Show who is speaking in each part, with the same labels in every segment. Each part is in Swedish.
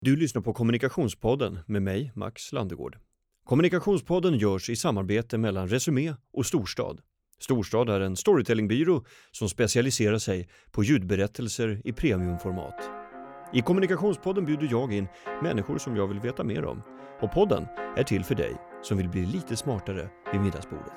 Speaker 1: Du lyssnar på Kommunikationspodden med mig, Max Landegård. Kommunikationspodden görs i samarbete mellan Resumé och Storstad. Storstad är en storytellingbyrå som specialiserar sig på ljudberättelser i premiumformat. I Kommunikationspodden bjuder jag in människor som jag vill veta mer om. Och podden är till för dig som vill bli lite smartare vid middagsbordet.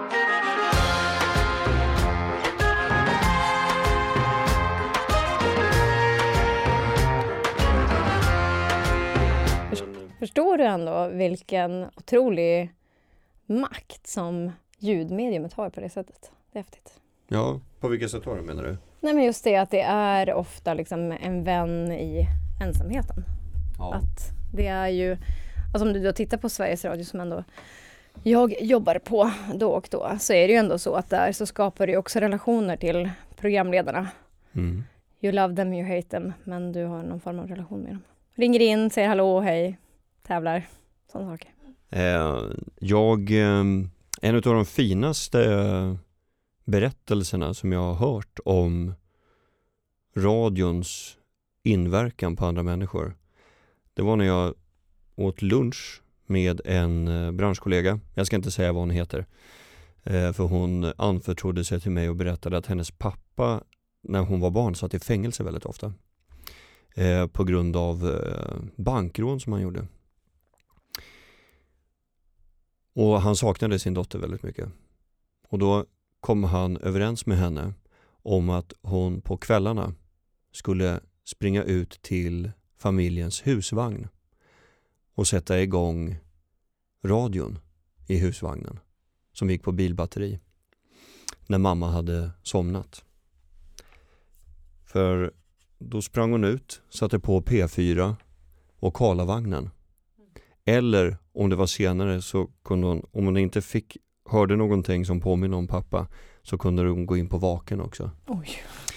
Speaker 2: Förstår du ändå vilken otrolig makt som ljudmediumet har på det sättet? Det är häftigt.
Speaker 1: Ja, på vilket sätt har du, menar du?
Speaker 2: Nej, men just det att det är ofta liksom en vän i ensamheten.
Speaker 1: Ja.
Speaker 2: Att det är ju, alltså om du då tittar på Sveriges Radio som ändå jag jobbar på då och då, så är det ju ändå så att där så skapar det också relationer till programledarna. Mm. You love them, you hate them, men du har någon form av relation med dem. Ringer in, säger hallå, hej, tävlar, sådana saker. En av de finaste berättelserna som jag har hört om radions inverkan på andra människor, det var när jag åt lunch med en branschkollega. Jag ska inte säga vad hon heter, för hon anförtrodde sig till mig och berättade att hennes pappa när hon var barn satt i fängelse väldigt ofta på grund av bankrån som han gjorde. Och han saknade sin dotter väldigt mycket. Och då kom han överens med henne om att hon på kvällarna skulle springa ut till familjens husvagn och sätta igång radion i husvagnen som gick på bilbatteri när mamma hade somnat. För då sprang hon ut, satte på P4 och Karlavagnen. Eller om det var senare så kunde hon, om hon inte hörde någonting som påminner om pappa, så kunde hon gå in på Vaken också. Oj.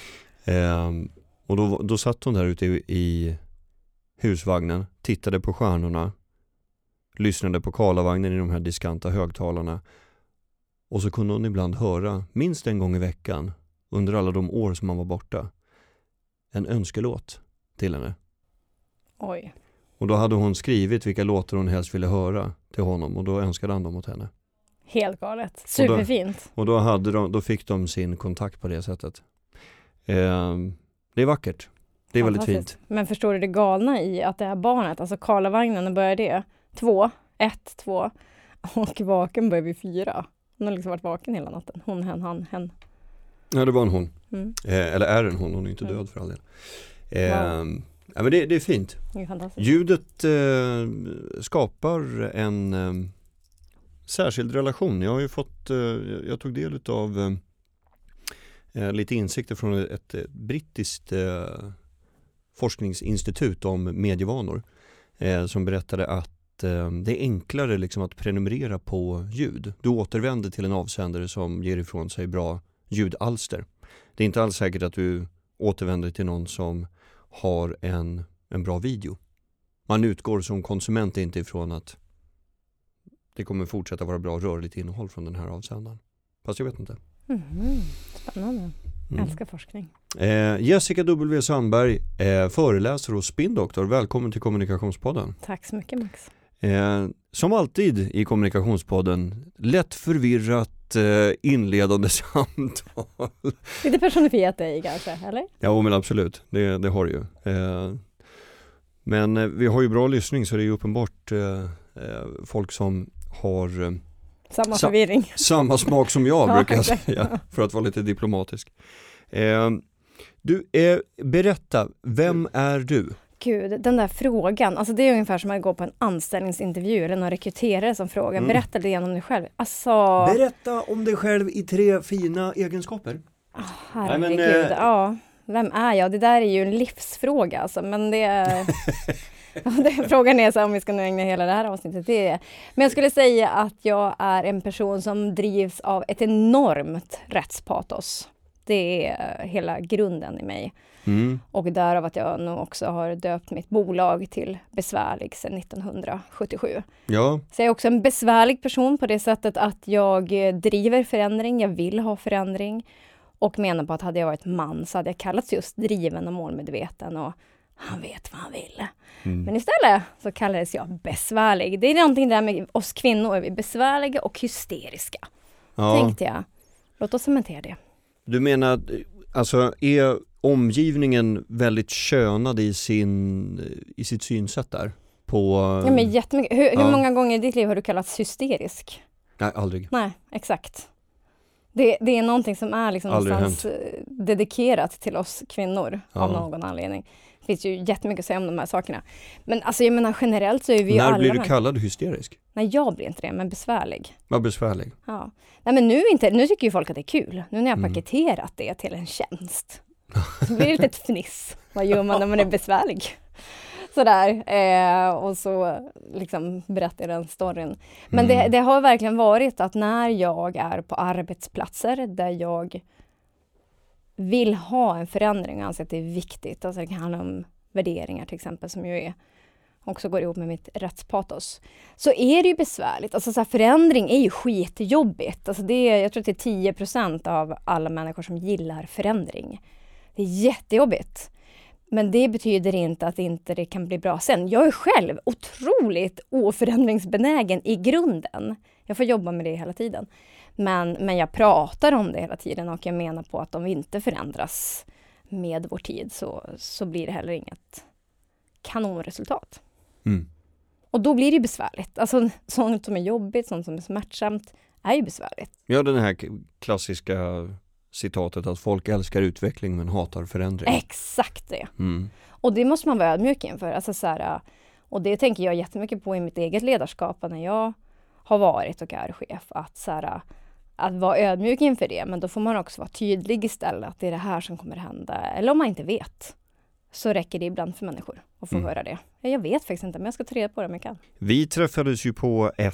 Speaker 1: Och då satt hon där ute i husvagnen, tittade på stjärnorna, lyssnade på Karlavagnen i de här diskanta högtalarna. Och så kunde hon ibland höra, minst en gång i veckan, under alla de år som man var borta, en önskelåt till henne. Oj. Och då hade hon skrivit vilka låtar hon helst ville höra till honom, och då önskade han dem åt henne.
Speaker 2: Helt galet. Superfint.
Speaker 1: Och då fick de sin kontakt på det sättet. Det är vackert. Det är väldigt fint.
Speaker 2: Men förstår du det galna i att det här barnet, alltså Karlavagnen börjar det 2, och Vaken börjar vid 4. Hon har liksom varit vaken hela natten. Hon, hen.
Speaker 1: Ja, det var en hon. Mm. Eller är en hon är inte död för all del. Wow. Ja, men det är fint.
Speaker 2: Det är fantastiskt.
Speaker 1: Ljudet skapar en särskild relation. Jag har ju fått, jag tog del av lite insikter från ett brittiskt forskningsinstitut om medievanor som berättade att det är enklare liksom att prenumerera på ljud. Du återvänder till en avsändare som ger ifrån sig bra ljudalster. Det är inte alls säkert att du återvänder till någon som har en bra video. Man utgår som konsument inte ifrån att det kommer fortsätta vara bra rörligt innehåll från den här avsändaren. Fast jag vet inte.
Speaker 2: Spännande. Jag älskar forskning.
Speaker 1: Jessica W. Sandberg, föreläsare och spindoktor. Välkommen till Kommunikationspodden.
Speaker 2: Tack så mycket, Max.
Speaker 1: Som alltid i Kommunikationspodden, lätt förvirrat inledande samtal.
Speaker 2: Lite personifierat dig kanske, eller?
Speaker 1: Ja, men absolut. Det har det ju. Men vi har ju bra lyssning, så det är ju uppenbart folk som har
Speaker 2: samma förvirring.
Speaker 1: Samma smak som jag brukar jag säga, för att vara lite diplomatisk. Berätta, vem är du?
Speaker 2: Gud, den där frågan, alltså det är ungefär som att gå på en anställningsintervju eller någon rekryterare som frågar, berätta lite grann om dig själv. Alltså...
Speaker 1: Berätta om dig själv i 3 fina egenskaper.
Speaker 2: Herregud, ja. Vem är jag? Det där är ju en livsfråga alltså, men det är... Frågan är så om vi ska nu ägna hela det här avsnittet till det. Men jag skulle säga att jag är en person som drivs av ett enormt rättspatos. Det är hela grunden i mig. Och därav att jag nog också har döpt mitt bolag till Besvärlig sedan 1977.
Speaker 1: Ja.
Speaker 2: Så jag är också en besvärlig person på det sättet att jag driver förändring, jag vill ha förändring. Och menar på att hade jag varit man så hade jag kallats just driven och målmedveten och Han vet vad han vill. Men istället så kallades jag besvärlig. Det är någonting där med oss kvinnor. Vi är besvärliga och hysteriska. Tänkte jag. Låt oss cementera det.
Speaker 1: Du menar, alltså är omgivningen väldigt könad i sitt synsätt där?
Speaker 2: Ja, men jättemycket. Hur många gånger i ditt liv har du kallats hysterisk?
Speaker 1: Nej, aldrig.
Speaker 2: Nej, exakt. Det är någonting som är liksom någonstans dedikerat till oss kvinnor av någon anledning. Det finns ju jättemycket att säga om de här sakerna. Men alltså jag menar generellt så är vi ju alla...
Speaker 1: När blir du kallad hysterisk?
Speaker 2: Nej, jag blir inte det, men besvärlig.
Speaker 1: Vad besvärlig?
Speaker 2: Ja. Nej, men nu tycker ju folk att det är kul. Nu när jag har paketerat det till en tjänst. Så blir det lite ett fniss. Vad gör man när man är besvärlig? Sådär. Och så liksom berättar den storyn. Men det har verkligen varit att när jag är på arbetsplatser där jag vill ha en förändring och anser att det är viktigt. Alltså det kan handla om värderingar till exempel som ju också går ihop med mitt rättspatos. Så är det ju besvärligt. Alltså så här, förändring är ju skitjobbigt. Alltså jag tror att det är 10% av alla människor som gillar förändring. Det är jättejobbigt. Men det betyder inte att inte det kan bli bra sen. Jag är själv otroligt oförändringsbenägen i grunden. Jag får jobba med det hela tiden. Men jag pratar om det hela tiden och jag menar på att om vi inte förändras med vår tid så blir det heller inget kanonresultat. Och då blir det besvärligt. Alltså sånt som är jobbigt, sånt som är smärtsamt är ju besvärligt.
Speaker 1: Ja, den här klassiska citatet att folk älskar utveckling men hatar förändring.
Speaker 2: Exakt det. Och det måste man vara ödmjuk inför. Alltså så här, och det tänker jag jättemycket på i mitt eget ledarskap när jag har varit och är chef. Att, så här, att vara ödmjuk inför det, men då får man också vara tydlig istället att det är det här som kommer hända. Eller om man inte vet så räcker det ibland för människor att få höra det. Jag vet faktiskt inte, men jag ska ta reda på det om jag kan.
Speaker 1: Vi träffades ju på ett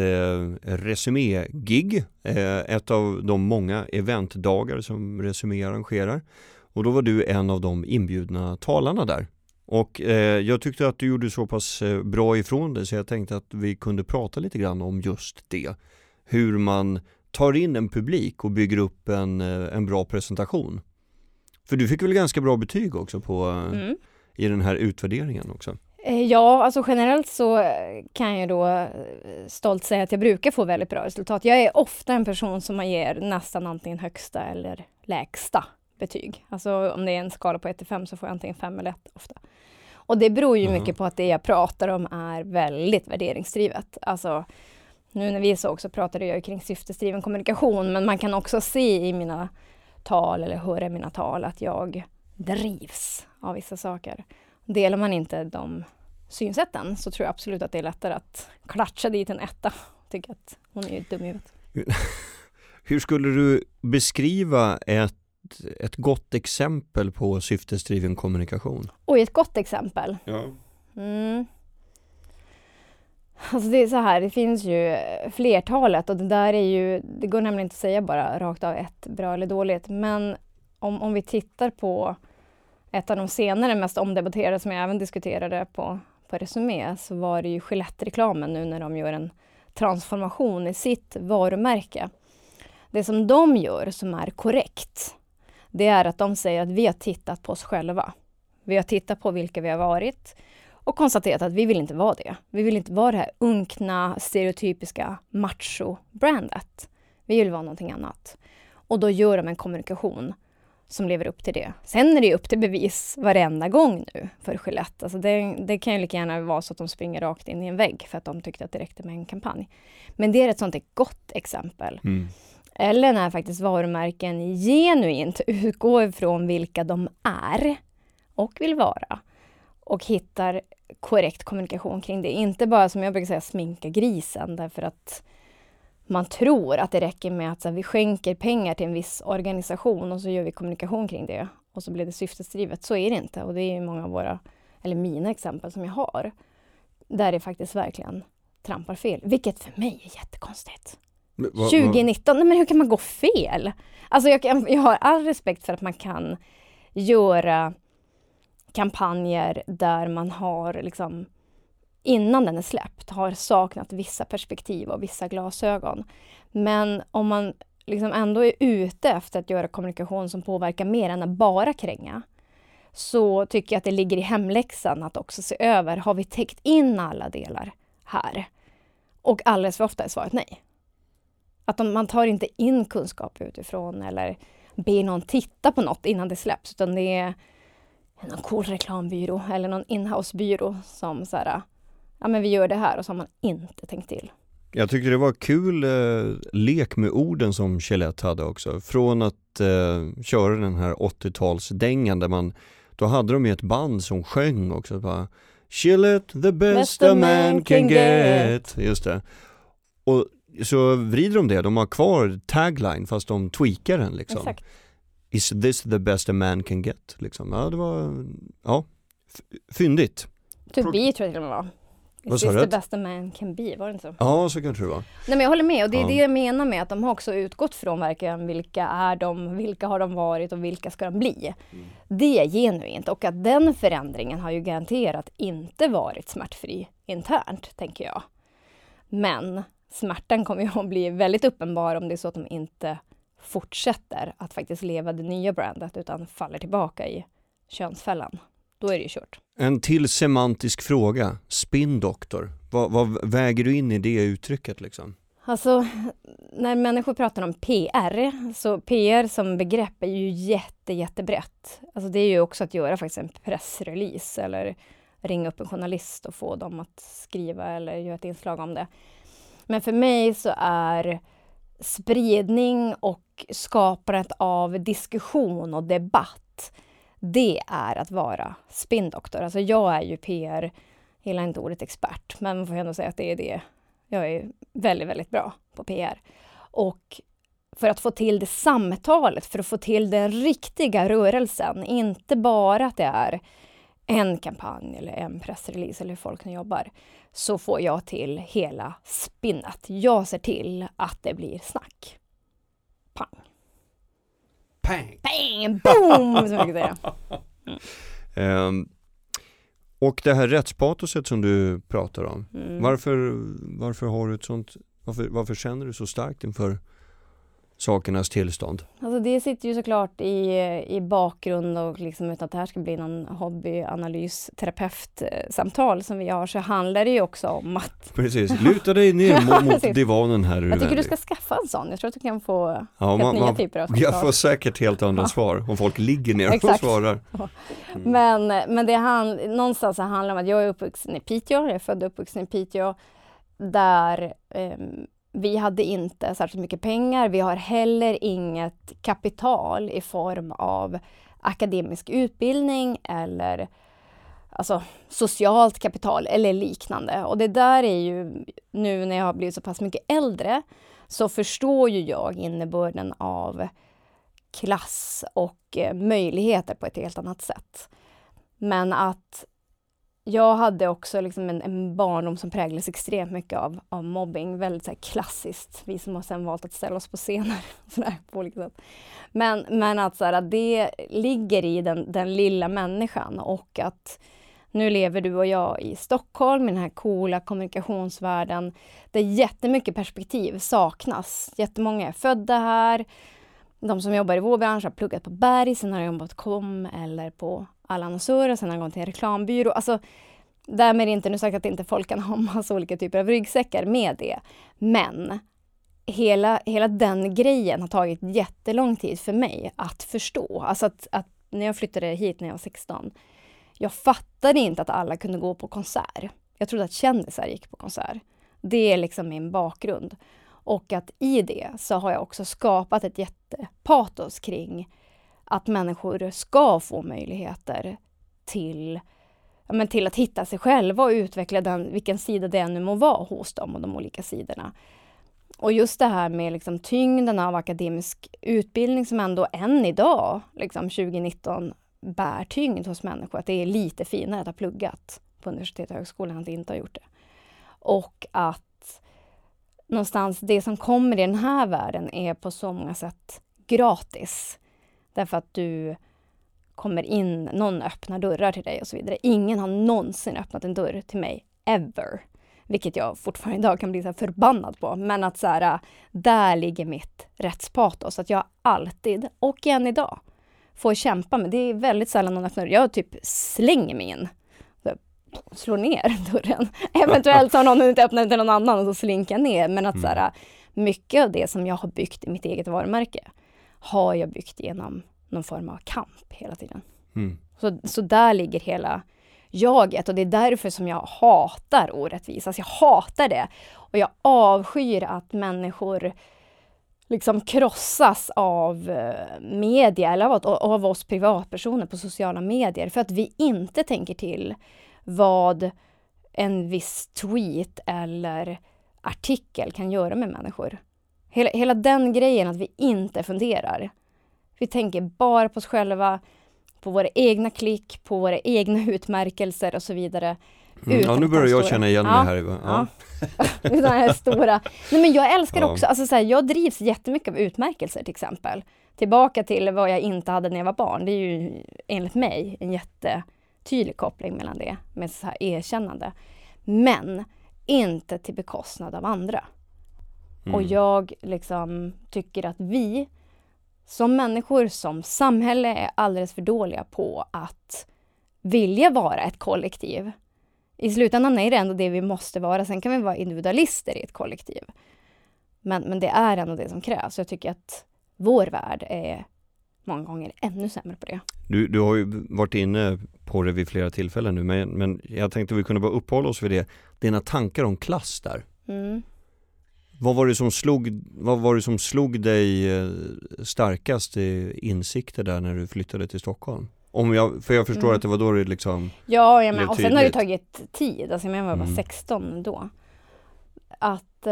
Speaker 1: Resumé-gig, ett av de många eventdagar som Resumé arrangerar. Och då var du en av de inbjudna talarna där. Och jag tyckte att du gjorde så pass bra ifrån det så jag tänkte att vi kunde prata lite grann om just det. Hur man tar in en publik och bygger upp en bra presentation. För du fick väl ganska bra betyg också i den här utvärderingen också?
Speaker 2: Ja, alltså generellt så kan jag då stolt säga att jag brukar få väldigt bra resultat. Jag är ofta en person som man ger nästan antingen högsta eller lägsta betyg. Alltså om det är en skala på 1-5 så får jag antingen 5 eller 1 ofta. Och det beror ju mycket på att det jag pratar om är väldigt värderingsdrivet. Alltså nu när vi såg så pratade jag kring syftesdriven kommunikation, men man kan också se i mina tal eller höra i mina tal att jag drivs av vissa saker. Delar man inte de synsätten så tror jag absolut att det är lättare att klatscha dit en 1. Tycker att hon är ju dum i huvudet.
Speaker 1: Hur skulle du beskriva ett gott exempel på syftesdriven kommunikation?
Speaker 2: Oj, ett gott exempel?
Speaker 1: Ja.
Speaker 2: Alltså det är så här, det finns ju flertalet och det där är ju, det går nämligen inte att säga bara rakt av ett bra eller dåligt. Men om vi tittar på ett av de senare mest omdebatterade som jag även diskuterade på Resumé så var det ju Gillette-reklamen nu när de gör en transformation i sitt varumärke. Det som de gör som är korrekt, det är att de säger att vi har tittat på oss själva. Vi har tittat på vilka vi har varit och konstaterat att vi vill inte vara det. Vi vill inte vara det här unkna, stereotypiska macho-brandet. Vi vill vara någonting annat. Och då gör de en kommunikation som lever upp till det. Sen är det upp till bevis varenda gång nu för Gillette. Alltså det kan ju lika gärna vara så att de springer rakt in i en vägg för att de tyckte att det räckte med en kampanj. Men det är ett sånt ett gott exempel. Eller när faktiskt varumärken genuint utgår ifrån vilka de är och vill vara. Och hittar korrekt kommunikation kring det. Inte bara som jag brukar säga sminka grisen därför att man tror att det räcker med att så här, vi skänker pengar till en viss organisation och så gör vi kommunikation kring det. Och så blir det syftesdrivet. Så är det inte. Och det är ju många av mina exempel som jag har. Där det faktiskt verkligen trampar fel. Vilket för mig är jättekonstigt. 2019, nej men hur kan man gå fel? Alltså jag har all respekt för att man kan göra kampanjer där man har liksom innan den är släppt har saknat vissa perspektiv och vissa glasögon. Men om man liksom ändå är ute efter att göra kommunikation som påverkar mer än att bara kränga så tycker jag att det ligger i hemläxan att också se över, har vi täckt in alla delar här? Och alldeles för ofta är svaret nej. Att man tar inte in kunskap utifrån eller ber någon titta på något innan det släpps, utan det är någon cool reklambyrå eller någon inhousebyrå som så här, ja men vi gör det här, och så har man inte tänkt till.
Speaker 1: Jag tyckte det var kul lek med orden som Gillette hade också. Från att köra den här 80-talsdängan där då hade de ju ett band som sjöng också. Bara, Gillette, the best a man can get. Just det. Och så vrider de det. De har kvar tagline fast de tweakar den liksom.
Speaker 2: Exakt.
Speaker 1: Is this the best a man can get? Liksom. Ja, det var fyndigt.
Speaker 2: To be tror jag till och med var. Is this the best a man can be, var det inte så?
Speaker 1: Ja, så kanske det var.
Speaker 2: Nej, men jag håller med, och det är det jag menar med att de har också utgått från verkligen vilka är de, vilka har de varit och vilka ska de bli. Det är genuint, och att den förändringen har ju garanterat inte varit smärtfri internt, tänker jag. Men smärtan kommer ju att bli väldigt uppenbar om det är så att de inte fortsätter att faktiskt leva det nya brandet utan faller tillbaka i könsfällan. Då är det ju kört.
Speaker 1: En till semantisk fråga. Spin-doktor. Vad väger du in i det uttrycket liksom?
Speaker 2: Alltså, när människor pratar om PR, så PR som begrepp är ju jättebrett. Alltså det är ju också att göra faktiskt en pressrelease eller ringa upp en journalist och få dem att skriva eller göra ett inslag om det. Men för mig så är spridning och skapandet av diskussion och debatt, det är att vara spindoktor. Alltså jag är ju PR, gillar inte ordet expert, men man får ändå säga att det är det. Jag är väldigt bra på PR. Och för att få till det samtalet, för att få till den riktiga rörelsen, inte bara att det är en kampanj eller en pressrelease eller hur folk nu jobbar, så får jag till hela spinnet. Jag ser till att det blir snack. Pang.
Speaker 1: Pang!
Speaker 2: Bang! Boom! Som jag kan säga.
Speaker 1: Och det här rättspatoset som du pratar om. Varför har du ett sånt, varför känner du så starkt inför sakernas tillstånd?
Speaker 2: Alltså det sitter ju såklart i bakgrund, och liksom utan att det här ska bli någon hobbyanalys terapeutsamtal som vi har, så handlar det ju också om att...
Speaker 1: Precis, luta dig ner mot divanen här.
Speaker 2: Jag tycker du ska skaffa en sån. Jag tror att du kan få nya typer av samtal.
Speaker 1: Jag får säkert helt andra svar om folk ligger ner och svarar.
Speaker 2: Men det någonstans handlar om att jag är uppvuxen i Piteå. Jag är född och uppvuxen i Piteå där... vi hade inte särskilt mycket pengar. Vi har heller inget kapital i form av akademisk utbildning eller alltså, socialt kapital eller liknande. Och det där är ju, nu när jag har blivit så pass mycket äldre, så förstår ju jag innebörden av klass och möjligheter på ett helt annat sätt. Men att jag hade också liksom en barndom som präglades extremt mycket av mobbing. Väldigt så här klassiskt. Vi som har sen valt att ställa oss på scener. Sådär, på olika sätt. Men att, så här, att det ligger i den lilla människan. Och att nu lever du och jag i Stockholm, i den här coola kommunikationsvärlden. Där jättemycket perspektiv saknas. Jättemånga är födda här. De som jobbar i vår bransch har pluggat på Berg. Sen har de jobbat kom eller på alla annonsörer, sen har jag gått till en reklambyrå. Alltså, därmed är inte nu sagt att inte folk kan ha massa olika typer av ryggsäckar med det. Men hela den grejen har tagit jättelång tid för mig att förstå. Alltså att när jag flyttade hit när jag var 16, jag fattade inte att alla kunde gå på konsert. Jag trodde att kändisar gick på konsert. Det är liksom min bakgrund. Och att i det så har jag också skapat ett jättepatos kring att människor ska få möjligheter till att hitta sig själva och utveckla vilken sida det än må vara hos dem och de olika sidorna. Och just det här med liksom tyngden av akademisk utbildning som ändå än idag, liksom 2019, bär tyngd hos människor. Att det är lite finare att ha pluggat på universitet och högskolan än att inte ha gjort det. Och att någonstans det som kommer i den här världen är på så många sätt gratis. Därför att du kommer in, någon öppnar dörrar till dig och så vidare. Ingen har någonsin öppnat en dörr till mig, ever. Vilket jag fortfarande idag kan bli så här förbannad på. Men att så här, där ligger mitt rättspatos. Att jag alltid, och än idag, får kämpa med. Det är väldigt sällan någon öppnar. Jag typ slänger mig in. Slår ner dörren. Eventuellt har någon inte öppnat till någon annan och så slinker jag ner. Men att så här, mycket av det som jag har byggt i mitt eget varumärke har jag byggt genom någon form av kamp hela tiden. Så där ligger hela jaget, och det är därför som jag hatar orättvisa. Alltså jag hatar det, och jag avskyr att människor liksom krossas av media eller av oss privatpersoner på sociala medier, för att vi inte tänker till vad en viss tweet eller artikel kan göra med människor. Hela den grejen, att vi inte funderar. Vi tänker bara på oss själva, på våra egna klick, på våra egna utmärkelser och så vidare.
Speaker 1: Ja, nu börjar jag känna igen mig här.
Speaker 2: Ja. Den här stora. Nej, men jag älskar också, alltså så här, jag drivs jättemycket av utmärkelser till exempel. Tillbaka till vad jag inte hade när jag var barn. Det är ju enligt mig en jättetydlig koppling mellan det med så här erkännande. Men inte till bekostnad av andra. Och jag liksom tycker att vi som människor, som samhälle, är alldeles för dåliga på att vilja vara ett kollektiv. I slutändan är det ändå det vi måste vara. Sen kan vi vara individualister i ett kollektiv. Men det är ändå det som krävs. Jag tycker att vår värld är många gånger ännu sämre på det.
Speaker 1: Du har ju varit inne på det vid flera tillfällen nu. Men jag tänkte att vi kunde bara uppehålla oss vid det. Dina tankar om klass där. Vad var det som slog dig starkast i insikter där när du flyttade till Stockholm? För jag förstår att det var då det liksom.
Speaker 2: Ja, men, och sen har det tagit tid. Alltså jag var bara 16 då. Att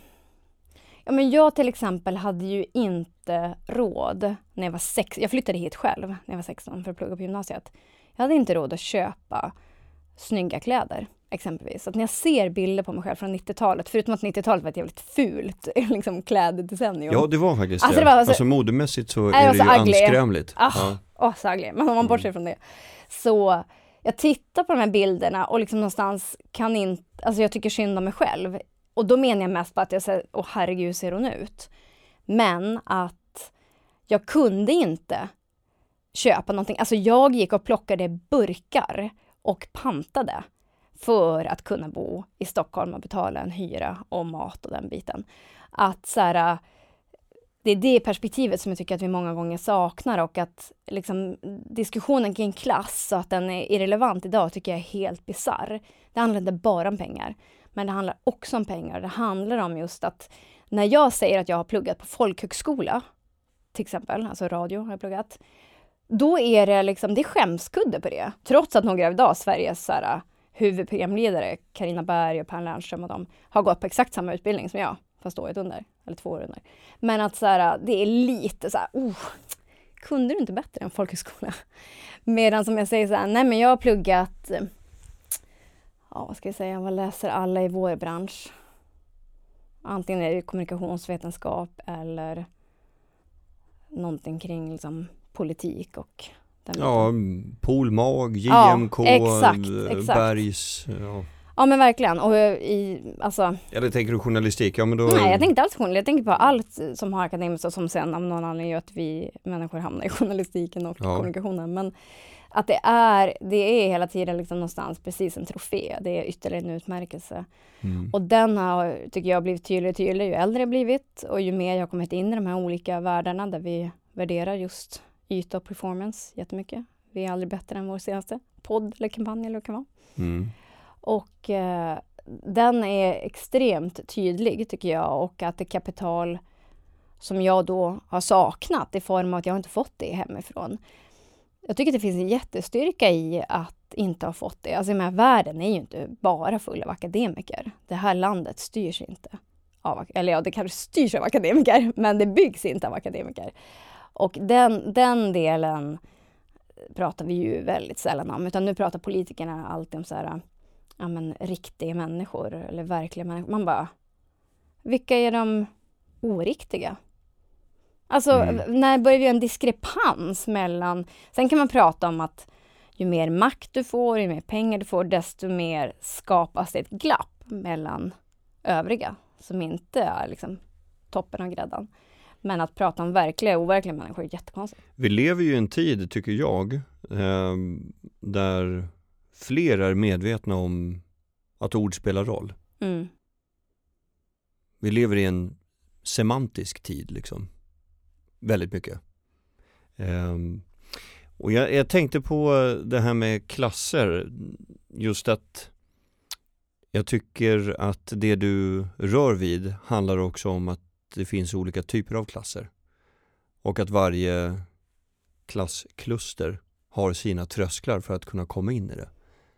Speaker 2: men jag till exempel hade ju inte råd när jag var 6. Jag flyttade hit själv när jag var 16 för att plugga på gymnasiet. Jag hade inte råd att köpa snygga kläder. Exempelvis. Att när jag ser bilder på mig själv från 90-talet, förutom att 90-talet var ett jävligt fult liksom, kläddecennium.
Speaker 1: Ja, det var faktiskt
Speaker 2: alltså,
Speaker 1: det. Alltså modemässigt så är det ju anskrämligt.
Speaker 2: Så ugly. Men om man bortser från det. Så jag tittar på de här bilderna och liksom någonstans kan inte, alltså jag tycker synd om mig själv. Och då menar jag mest på att jag säger, herregud, ser hon ut? Men att jag kunde inte köpa någonting. Alltså jag gick och plockade burkar och pantade för att kunna bo i Stockholm och betala en hyra och mat och den biten. Att så här, det är det perspektivet som jag tycker att vi många gånger saknar, och att liksom, diskussionen kring klass och att den är irrelevant idag tycker jag är helt bizarr. Det handlar inte bara om pengar, men det handlar också om pengar. Det handlar om just att när jag säger att jag har pluggat på folkhögskola, till exempel, alltså radio har jag pluggat, då är det liksom, det är skämskudde på det. Trots att några av idag Sveriges så här, huvudprogramledare, Carina Berg och Per Lernström och de har gått på exakt samma utbildning som jag, fast året under, eller 2 år under. Men att så här, det är lite så här, kunde du inte bättre än folkhögskola? Medan som jag säger så här, nej men jag har pluggat, vad ska jag säga, vad läser alla i vår bransch? Antingen är det kommunikationsvetenskap eller någonting kring liksom politik och
Speaker 1: Polmag, JMK,
Speaker 2: exakt.
Speaker 1: Bergs.
Speaker 2: Ja men verkligen. Och
Speaker 1: eller tänker du journalistik? Ja, men då.
Speaker 2: Nej, jag tänker inte alls journalistik. Jag tänker på allt som har akademiskt och som sen av någon anledning gör att vi människor hamnar i journalistiken och kommunikationen. Men att det är hela tiden liksom någonstans precis en trofé. Det är ytterligare en utmärkelse. Och den har, tycker jag, blivit tydligare ju äldre jag blivit och ju mer jag har kommit in i de här olika världarna där vi värderar just yta och performance jättemycket. Vi är aldrig bättre än vår senaste podd eller kampanj eller vad det kan vara. Och den är extremt tydlig tycker jag, och att det kapital som jag då har saknat i form av att jag inte fått det hemifrån. Jag tycker att det finns en jättestyrka i att inte ha fått det. Alltså den här världen är ju inte bara full av akademiker. Det här landet styrs inte av, eller ja, det kanske styrs av akademiker, men det byggs inte av akademiker. Och den delen pratar vi ju väldigt sällan om, utan nu pratar politikerna alltid om så här, ja men riktiga människor eller verkliga människor. Man bara, vilka är de oriktiga? Alltså när börjar vi göra en diskrepans mellan, sen kan man prata om att ju mer makt du får, ju mer pengar du får, desto mer skapas det ett glapp mellan övriga som inte är liksom toppen av gräddan. Men att prata om verkliga och overkliga människor är jättekonstigt.
Speaker 1: Vi lever ju i en tid, tycker jag, där fler är medvetna om att ord spelar roll.
Speaker 2: Mm.
Speaker 1: Vi lever i en semantisk tid liksom. Väldigt mycket. Och jag tänkte på det här med klasser. Just att jag tycker att det du rör vid handlar också om att det finns olika typer av klasser. Och att varje klasskluster har sina trösklar för att kunna komma in i det.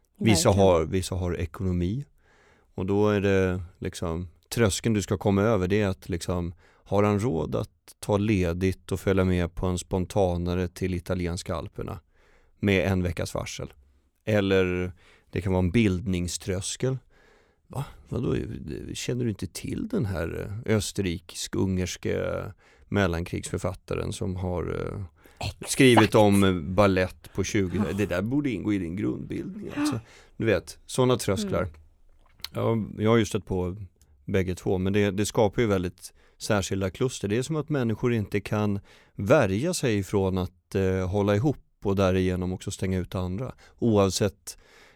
Speaker 1: Vissa har ekonomi. Och då är det liksom tröskeln du ska komma över, det är att liksom, har han råd att ta ledigt och följa med på en spontanare till italienska Alperna med en veckas varsel? Eller det kan vara en bildningströskel. Va? Vadå? Känner du inte till den här österrikisk-ungerska mellankrigsförfattaren som har skrivit om ballett på 20? Det där borde ingå i din grundbildning. Alltså. Du vet, sådana trösklar. Jag har ju stött på bägge två, men det skapar ju väldigt särskilda kluster. Det är som att människor inte kan värja sig från att hålla ihop och därigenom också stänga ut andra. Oavsett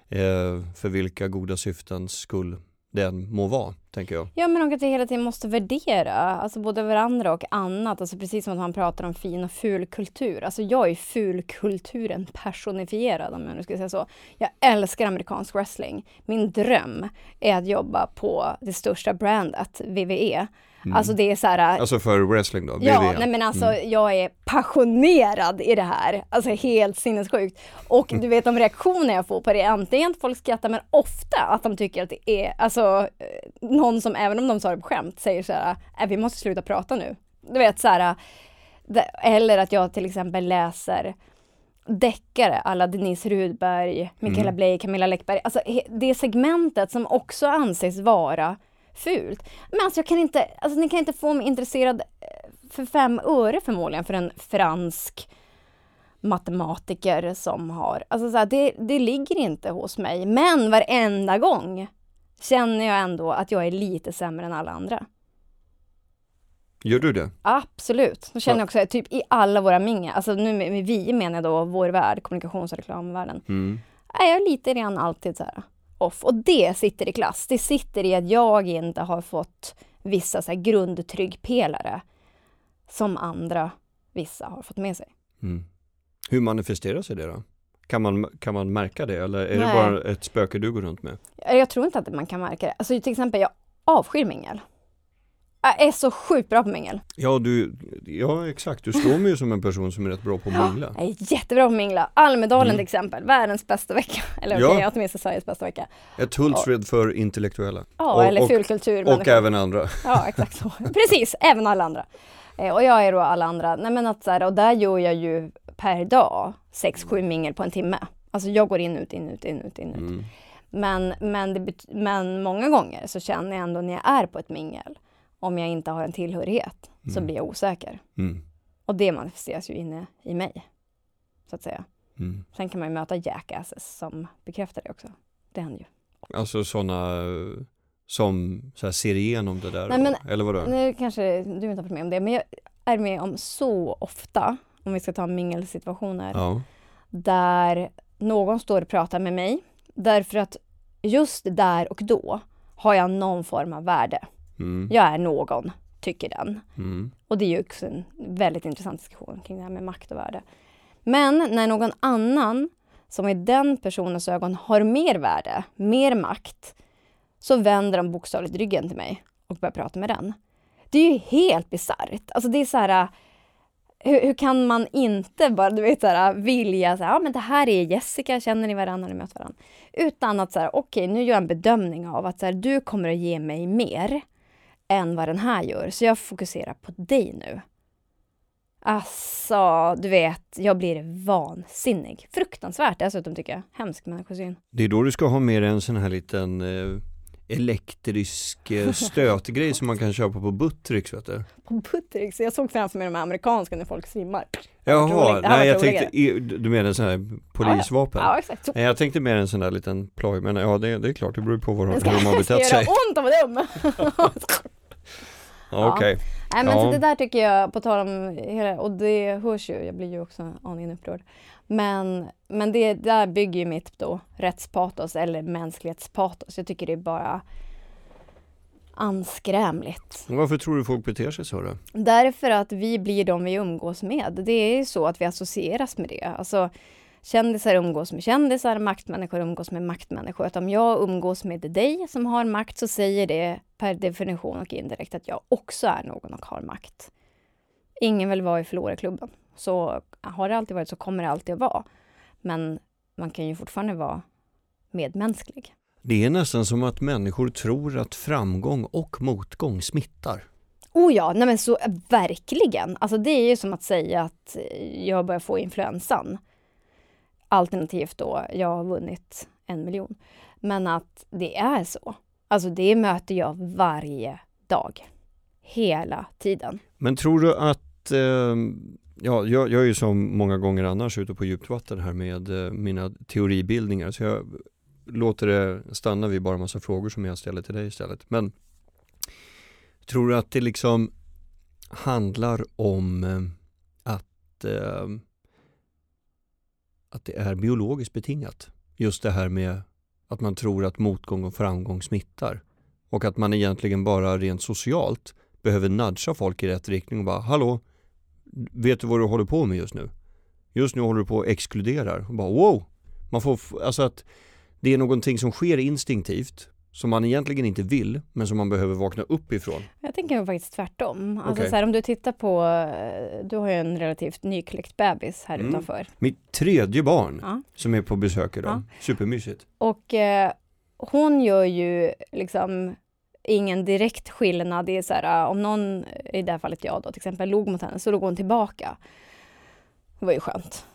Speaker 1: för vilka goda syftens skull den må vara, tänker jag.
Speaker 2: Ja, men och att det hela tiden måste värdera, alltså både varandra och annat. Alltså precis som att man pratar om fin och ful kultur. Alltså jag är fulkulturen personifierad, om jag nu ska säga så. Jag älskar amerikansk wrestling. Min dröm är att jobba på det största brandet, WWE. Alltså det är så här...
Speaker 1: Alltså för wrestling då?
Speaker 2: Ja, nej men alltså jag är passionerad i det här. Alltså helt sinnessjukt. Och du vet de reaktioner jag får på det är antingen att folk skrattar, men ofta att de tycker att det är alltså någon som, även om de sa det på skämt, säger så här: vi måste sluta prata nu. Du vet så här, eller att jag till exempel läser deckare alla Denise Rudberg, Mikaela Bley, Camilla Läckberg. Alltså det segmentet som också anses vara fult. Men alltså ni kan inte få mig intresserad för 5 öre förmodligen för en fransk matematiker som har, alltså så här, det ligger inte hos mig, men varenda gång känner jag ändå att jag är lite sämre än alla andra.
Speaker 1: Gör du det?
Speaker 2: Absolut. Så känner jag också typ i alla våra mingel, alltså nu med vi menar jag då vår värld, kommunikations- och reklamvärlden. Är jag lite redan alltid så här off. Och det sitter i klass. Det sitter i att jag inte har fått vissa så här grundtryggpelare som andra vissa har fått med sig.
Speaker 1: Hur manifesterar sig det då? Kan man märka det? Eller är det bara ett spöke du går runt med?
Speaker 2: Jag tror inte att man kan märka det. Alltså till exempel, jag avskyr mingel. Jag är så sjukt bra på mingel.
Speaker 1: Ja, exakt. Du slår mig ju som en person som är rätt bra på att mingla.
Speaker 2: Jag är jättebra på att mingla. Almedalen till exempel. Världens bästa vecka. Eller okej, åtminstone Sveriges bästa vecka.
Speaker 1: Ett Hultsfred för intellektuella.
Speaker 2: Ja, eller fulkultur.
Speaker 1: Och även andra.
Speaker 2: Ja, exakt så. Precis, även alla andra. Och jag är då alla andra. Nej, men att så här, och där gör jag ju per dag 6-7 mingel på en timme. Alltså jag går in ut. Men många gånger så känner jag ändå när jag är på ett mingel, om jag inte har en tillhörighet, så blir jag osäker. Och det manifesteras ju inne i mig, så att säga. Sen kan man ju möta jackasses som bekräftar det också. Det händer ju.
Speaker 1: Alltså sådana som så här ser igenom det där?
Speaker 2: Nej, men,
Speaker 1: eller vadå?
Speaker 2: Nu kanske du inte har varit med om det, men jag är med om så ofta, om vi ska ta mingelsituationer, där någon står och pratar med mig, därför att just där och då har jag någon form av värde. Jag är någon, tycker den. Och det är ju också en väldigt intressant diskussion kring det här med makt och värde. Men när någon annan som i den personens ögon har mer värde, mer makt, så vänder de bokstavligt ryggen till mig och börjar prata med den. Det är ju helt bisarrt. Alltså det är så här, hur kan man inte bara, du vet, så här, vilja så här, ja men det här är Jessica, känner ni varandra, ni möter varandra. Utan att så här, okej, nu gör jag en bedömning av att så här, du kommer att ge mig mer än vad den här gör. Så jag fokuserar på dig nu. Alltså, du vet, jag blir vansinnig. Fruktansvärt dessutom, tycker jag. Hemsk människosyn.
Speaker 1: Det är då du ska ha med en sån här liten elektrisk stötgrej som man kan köpa på Buttericks, vet du.
Speaker 2: På Buttericks? Jag såg framför mig de amerikanska när folk svimmar.
Speaker 1: Jaha, nej jag tänkte, du menar en sån här polisvapen?
Speaker 2: Ja, exakt.
Speaker 1: Nej, jag tänkte mer en sån där liten ploj, men ja, det är klart, det beror på hur de har betett sig.
Speaker 2: Det ska göra ont av dem.
Speaker 1: Okej.
Speaker 2: Nej, men så det där tycker jag, på tal om hela, och det hörs ju, jag blir ju också aningen upprörd. Men det där bygger ju mitt då rättspatos eller mänsklighetspatos. Jag tycker det är bara anskrämligt.
Speaker 1: Varför tror du folk beter sig så då?
Speaker 2: Därför att vi blir de vi umgås med. Det är ju så att vi associeras med det. Alltså, kändisar umgås med kändisar, maktmänniskor umgås med maktmänniskor. Att om jag umgås med dig som har makt så säger det per definition och indirekt att jag också är någon och har makt. Ingen vill vara i förlorarklubben. Så har det alltid varit, så kommer det alltid att vara. Men man kan ju fortfarande vara medmänsklig.
Speaker 1: Det är nästan som att människor tror att framgång och motgång smittar.
Speaker 2: Oh ja, nej men så verkligen. Alltså det är ju som att säga att jag börjar få influensan. Alternativt då, jag har vunnit 1 miljon. Men att det är så. Alltså det möter jag varje dag. Hela tiden.
Speaker 1: Men tror du att, jag är ju som många gånger annars ute på djupt vatten här med mina teoribildningar. Så jag låter det stanna vid bara massa frågor som jag ställer till dig istället. Men tror du att det liksom handlar om att det är biologiskt betingat? Just det här med att man tror att motgång och framgång smittar. Och att man egentligen bara rent socialt behöver nudga folk i rätt riktning och bara, hallå, vet du vad du håller på med just nu? Just nu håller du på att exkludera. Och bara, wow! Man får, alltså att det är någonting som sker instinktivt som man egentligen inte vill, men som man behöver vakna upp ifrån.
Speaker 2: Jag tänker faktiskt tvärtom. Alltså
Speaker 1: Okay.
Speaker 2: så här, om du tittar på, du har ju en relativt nykläckt bebis här utanför.
Speaker 1: Mitt 3:e barn som är på besök idag. Supermysigt.
Speaker 2: Och hon gör ju liksom ingen direkt skillnad. Det är så här, om någon, i det här fallet jag då till exempel, låg mot henne så låg hon tillbaka. Det var ju skönt.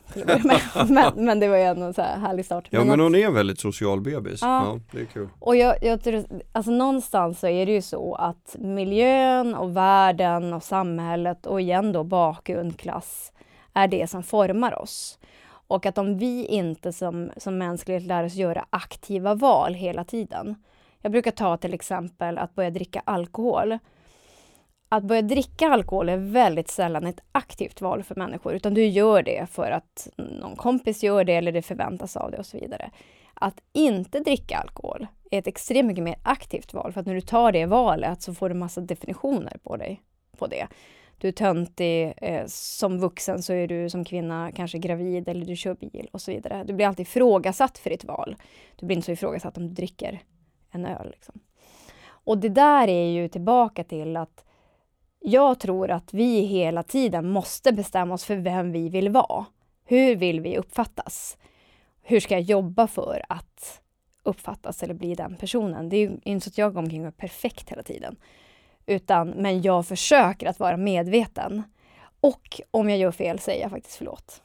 Speaker 2: men det var ju ändå så här härlig start.
Speaker 1: Ja, men hon är en väldigt social bebis. Ja, det är kul.
Speaker 2: Och jag tror, alltså någonstans så är det ju så att miljön och världen och samhället och igen då bakgrundklass är det som formar oss. Och att om vi inte som mänsklighet lär oss göra aktiva val hela tiden. Jag brukar ta till exempel att börja dricka alkohol. Att börja dricka alkohol är väldigt sällan ett aktivt val för människor, utan du gör det för att någon kompis gör det eller det förväntas av det och så vidare. Att inte dricka alkohol är ett extremt mycket mer aktivt val, för att när du tar det valet så får du massa definitioner på dig på det. Du är töntig, som vuxen så är du som kvinna kanske gravid eller du kör bil och så vidare. Du blir alltid ifrågasatt för ditt val. Du blir inte så ifrågasatt om du dricker en öl. Liksom. Och det där är ju tillbaka till att jag tror att vi hela tiden måste bestämma oss för vem vi vill vara. Hur vill vi uppfattas? Hur ska jag jobba för att uppfattas eller bli den personen? Det är ju inte så att jag går omkring och är perfekt hela tiden. Men jag försöker att vara medveten. Och om jag gör fel säger jag faktiskt förlåt.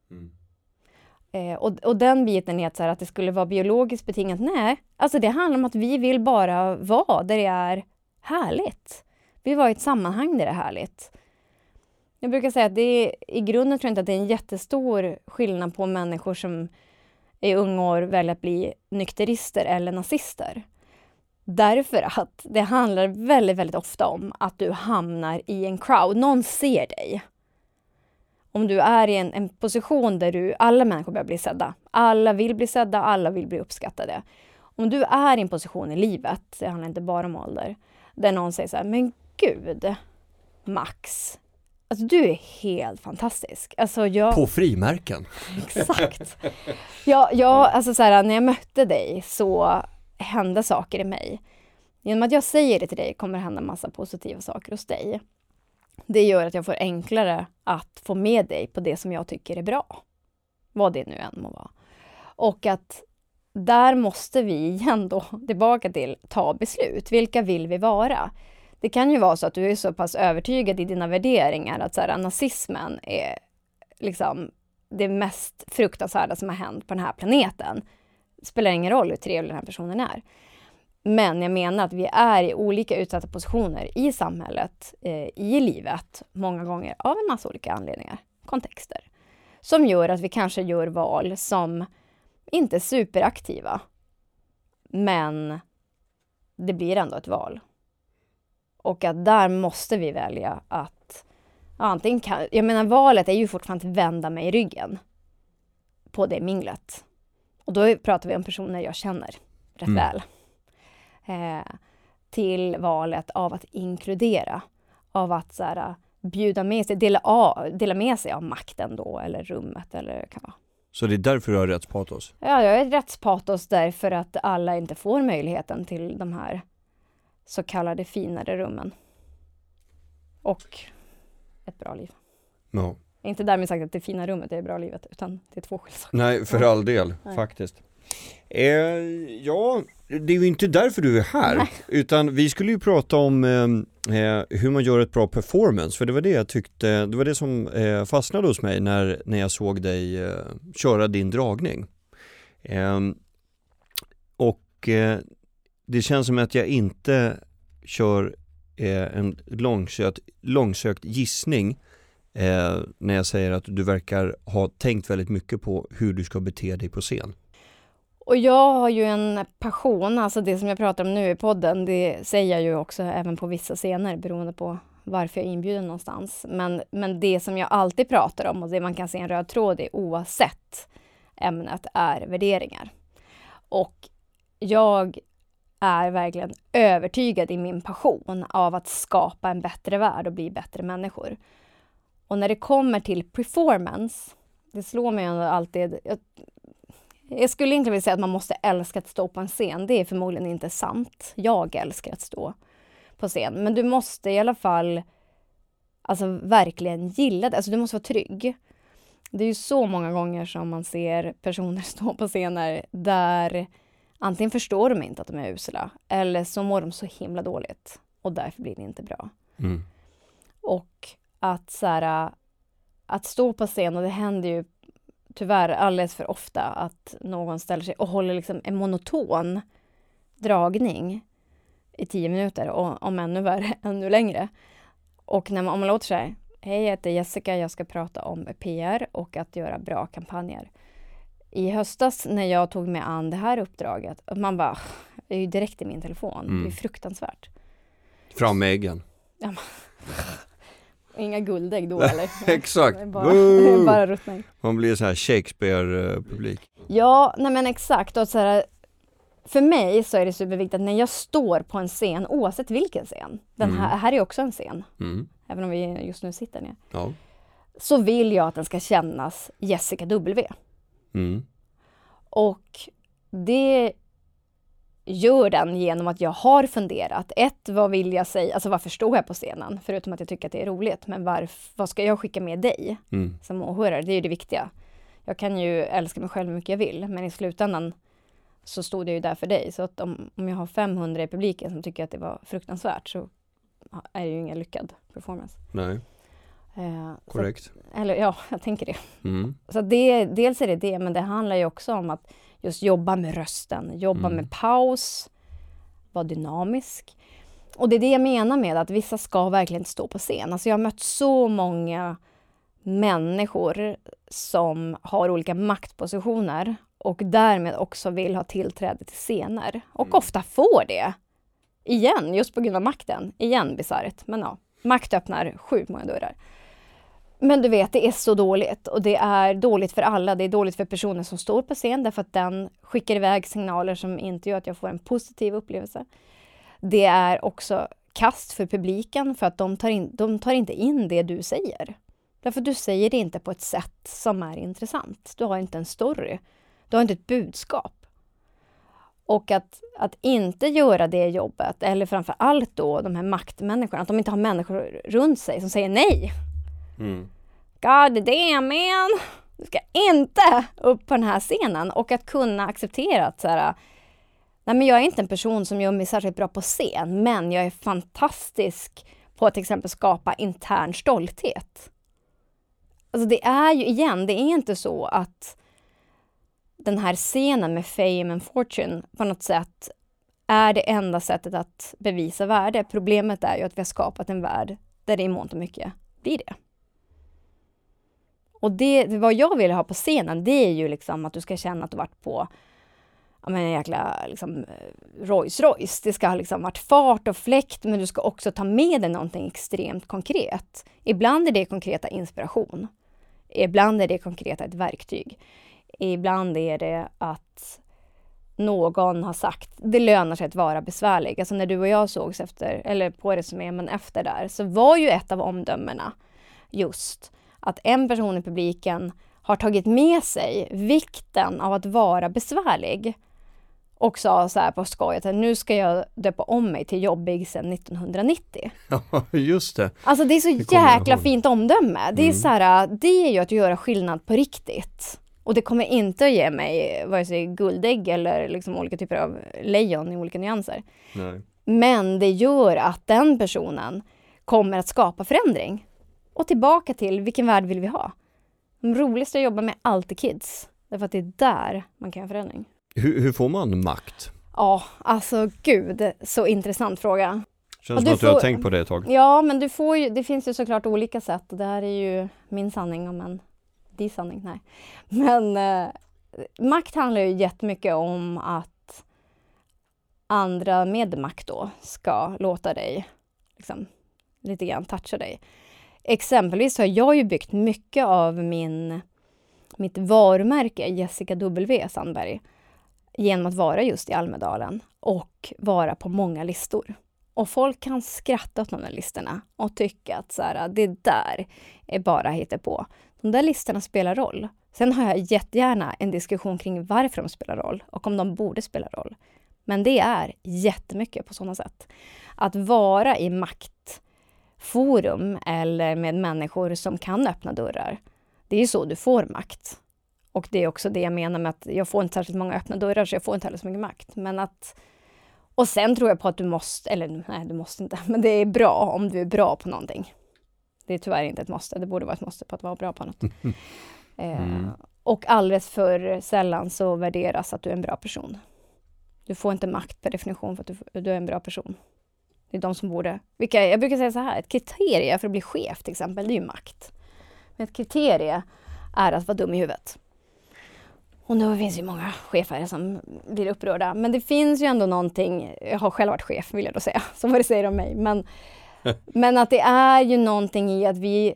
Speaker 2: Och den biten är att det skulle vara biologiskt betingat. Nej, alltså det handlar om att vi vill bara vara där det är härligt. Vi var i ett sammanhang där det är härligt. Jag brukar säga att i grunden tror jag inte att det är en jättestor skillnad på människor som i unga år väljer att bli nykterister eller nazister. Därför att det handlar väldigt, väldigt ofta om att du hamnar i en crowd. Någon ser dig. Om du är i en position där alla människor börjar bli sedda. Alla vill bli sedda, alla vill bli uppskattade. Om du är i en position i livet, det handlar inte bara om ålder, där någon säger så här, men gud, Max, alltså du är helt fantastisk. Alltså
Speaker 1: på frimärken.
Speaker 2: Exakt. Alltså så här, när jag mötte dig så hände saker i mig. Genom att jag säger det till dig kommer det hända massa positiva saker hos dig. Det gör att jag får enklare att få med dig på det som jag tycker är bra. Vad det nu än må vara. Och att där måste vi igen då tillbaka till ta beslut. Vilka vill vi vara? Det kan ju vara så att du är så pass övertygad i dina värderingar att så här, nazismen är liksom det mest fruktansvärda som har hänt på den här planeten. Det spelar ingen roll hur trevlig den här personen är. Men jag menar att vi är i olika utsatta positioner i samhället, i livet, många gånger av en massa olika anledningar, kontexter. Som gör att vi kanske gör val som inte är superaktiva. Men det blir ändå ett val. Och att där måste vi välja att antingen jag menar valet är ju fortfarande att vända mig i ryggen på det minglet. Och då pratar vi om personer jag känner rätt väl. Till valet av att inkludera, av att så här, bjuda med sig, dela med sig av makten då, eller rummet, eller kan vara.
Speaker 1: Så det är därför du har rättspatos?
Speaker 2: Ja, jag är rättspatos därför att alla inte får möjligheten till de här så kallade finare rummen. Och ett bra liv.
Speaker 1: Ja.
Speaker 2: Inte därmed sagt att det fina rummet är det bra livet, utan det är två skilda saker.
Speaker 1: Nej, för all del, faktiskt. Ja, det är ju inte därför du är här. Nej. Utan vi skulle ju prata om hur man gör ett bra performance. För det var det jag tyckte, det var det som fastnade hos mig när jag såg dig köra din dragning. Och det känns som att jag inte kör en långsökt gissning när jag säger att du verkar ha tänkt väldigt mycket på hur du ska bete dig på scen.
Speaker 2: Och jag har ju en passion, alltså det som jag pratar om nu i podden, det säger jag ju också även på vissa scener beroende på varför jag är inbjuden någonstans. Men det som jag alltid pratar om och det man kan se en röd tråd i oavsett ämnet är värderingar. Och jag är verkligen övertygad i min passion av att skapa en bättre värld och bli bättre människor. Och när det kommer till performance, det slår mig ändå alltid. Jag skulle inte vilja säga att man måste älska att stå på en scen. Det är förmodligen inte sant. Jag älskar att stå på scen. Men du måste i alla fall alltså verkligen gilla det. Alltså du måste vara trygg. Det är ju så många gånger som man ser personer stå på scener där antingen förstår de inte att de är usla eller så mår de så himla dåligt. Och därför blir det inte bra.
Speaker 1: Mm.
Speaker 2: Och att stå på scen, och det händer ju tyvärr alldeles för ofta att någon ställer sig och håller liksom en monoton dragning i 10 minuter och om ännu värre, ännu längre. Och om man låter sig, hej jag heter Jessica, jag ska prata om PR och att göra bra kampanjer. I höstas när jag tog mig an det här uppdraget, man bara, det är ju direkt i min telefon, det är fruktansvärt.
Speaker 1: Fram med äggen.
Speaker 2: Ja, inga guldägg då eller?
Speaker 1: Exakt.
Speaker 2: Bara ruttning.
Speaker 1: Man blir så här Shakespeare-publik.
Speaker 2: Ja, nej men exakt. Och så här, för mig så är det superviktigt att när jag står på en scen, oavsett vilken scen, den här är också en scen, även om vi just nu sitter ner, så vill jag att den ska kännas Jessica W. Och det gör den genom att jag har funderat. Vad vill jag säga? Alltså vad förstår jag på scenen? Förutom att jag tycker att det är roligt. Men vad ska jag skicka med dig som åhörare? Det är ju det viktiga. Jag kan ju älska mig själv hur mycket jag vill. Men i slutändan så stod jag ju där för dig. Så att om jag har 500 i publiken som tycker att det var fruktansvärt så är det ju ingen lyckad performance.
Speaker 1: Nej. Korrekt.
Speaker 2: Eller ja, jag tänker det. Så dels är det, men det handlar ju också om att just jobba med rösten, jobba med paus, vara dynamisk. Och det är det jag menar med att vissa ska verkligen inte stå på scen. Alltså jag har mött så många människor som har olika maktpositioner och därmed också vill ha tillträde till scener. Och ofta får det. Igen, just på grund av makten. Igen bisarrt, men ja. Makt öppnar sjukt många dörrar. Men du vet, det är så dåligt. Och det är dåligt för alla. Det är dåligt för personen som står på scen. Därför att den skickar iväg signaler som inte gör att jag får en positiv upplevelse. Det är också kast för publiken. För att de tar inte in det du säger. Därför att du säger det inte på ett sätt som är intressant. Du har inte en story. Du har inte ett budskap. Och att inte göra det jobbet, eller framför allt då de här maktmänniskorna, att de inte har människor runt sig som säger nej. God damn man, du ska inte upp på den här scenen. Och att kunna acceptera att så här, nej men jag är inte en person som gör mig särskilt bra på scen, men jag är fantastisk på att till exempel skapa intern stolthet. Alltså det är ju igen, det är inte så att den här scenen med fame and fortune på något sätt är det enda sättet att bevisa värde. Problemet är ju att vi har skapat en värld där det i mångt och mycket blir det. Och vad jag vill ha på scenen, det är ju liksom att du ska känna att du varit på en jäkla liksom, Rolls Royce. Det ska ha liksom varit fart och fläkt, men du ska också ta med dig någonting extremt konkret. Ibland är det konkreta inspiration. Ibland är det konkreta ett verktyg. Ibland är det att någon har sagt, det lönar sig att vara besvärlig. Alltså när du och jag sågs efter, eller på Resumé, men efter där, så var ju ett av omdömena just att en person i publiken har tagit med sig vikten av att vara besvärlig. Och sa så här på skojet att nu ska jag döpa om mig till jobbig sedan 1990.
Speaker 1: Ja, just det.
Speaker 2: Alltså det är så jäkla fint omdöme. Det är så här, det är ju att göra skillnad på riktigt. Och det kommer inte att ge mig vare sig guldägg eller liksom olika typer av lejon i olika nyanser.
Speaker 1: Nej.
Speaker 2: Men det gör att den personen kommer att skapa förändring. Och tillbaka till vilken värld vill vi ha? De roligaste att jobba med är alltid kids. Därför att det är där man kan göra förändring.
Speaker 1: Hur får man makt?
Speaker 2: Ja, alltså gud, så intressant fråga.
Speaker 1: Känns som att du har tänkt på det ett tag.
Speaker 2: Ja, men du får ju, det finns ju såklart olika sätt. Det här är ju min sanning om en sanning, nej. Men makt handlar ju jättemycket om att andra med makt då ska låta dig liksom, lite grann toucha dig. Exempelvis har jag ju byggt mycket av mitt varumärke Jessica W. Sandberg genom att vara just i Almedalen och vara på många listor. Och folk kan skratta åt de där listorna och tycka att så här, det där är bara hittepå. De där listorna spelar roll. Sen har jag jättegärna en diskussion kring varför de spelar roll och om de borde spela roll. Men det är jättemycket på sådana sätt. Att vara i maktforum eller med människor som kan öppna dörrar. Det är ju så du får makt. Och det är också det jag menar med att jag får inte särskilt många öppna dörrar så jag får inte heller så mycket makt. Men att, och sen tror jag på att du måste, eller nej du måste inte, men det är bra om du är bra på någonting. Det är tyvärr inte ett måste, det borde vara ett måste på att vara bra på något. Och alldeles för sällan så värderas att du är en bra person. Du får inte makt per definition för att du är en bra person. Det är de som borde, jag brukar säga så här, ett kriterie för att bli chef till exempel, det är ju makt. Men ett kriterie är att vara dum i huvudet. Och nu finns ju många chefer som blir upprörda. Men det finns ju ändå någonting, jag har själv varit chef vill jag då säga, så vad det säger om mig. Men att det är ju någonting i att vi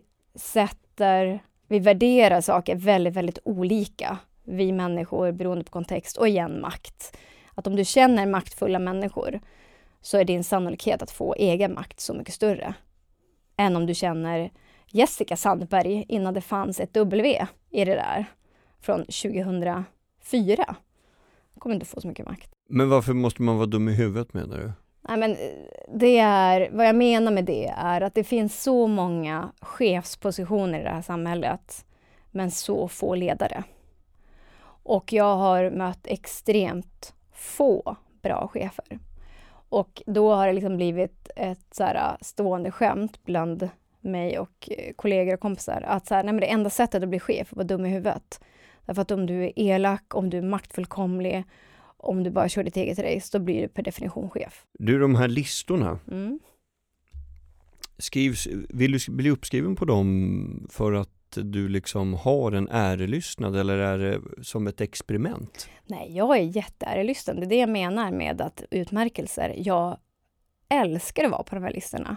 Speaker 2: värderar saker väldigt, väldigt olika. Vi människor beroende på kontext och igen makt. Att om du känner maktfulla människor så är din sannolikhet att få egen makt så mycket större. Än om du känner Jessica Sandberg innan det fanns ett W i det där. Från 2004. Kommer inte få så mycket makt.
Speaker 1: Men varför måste man vara dum i huvudet menar du?
Speaker 2: Nej, men vad jag menar med det är att det finns så många chefspositioner i det här samhället. Men så få ledare. Och jag har mött extremt få bra chefer. Och då har det liksom blivit ett så här stående skämt bland mig och kollegor och kompisar. Att så här, nej men det enda sättet att bli chef är att vara dum i huvudet. Därför att om du är elak, om du är maktfullkomlig, om du bara kör ditt eget race, då blir du per definition chef.
Speaker 1: Du, de här listorna, vill du bli uppskriven på dem för att du liksom har en ärelystnad eller är det som ett experiment? Nej, jag är jätteärelystnad. Det är det jag menar med att utmärkelser. Jag älskar att vara på de här listorna.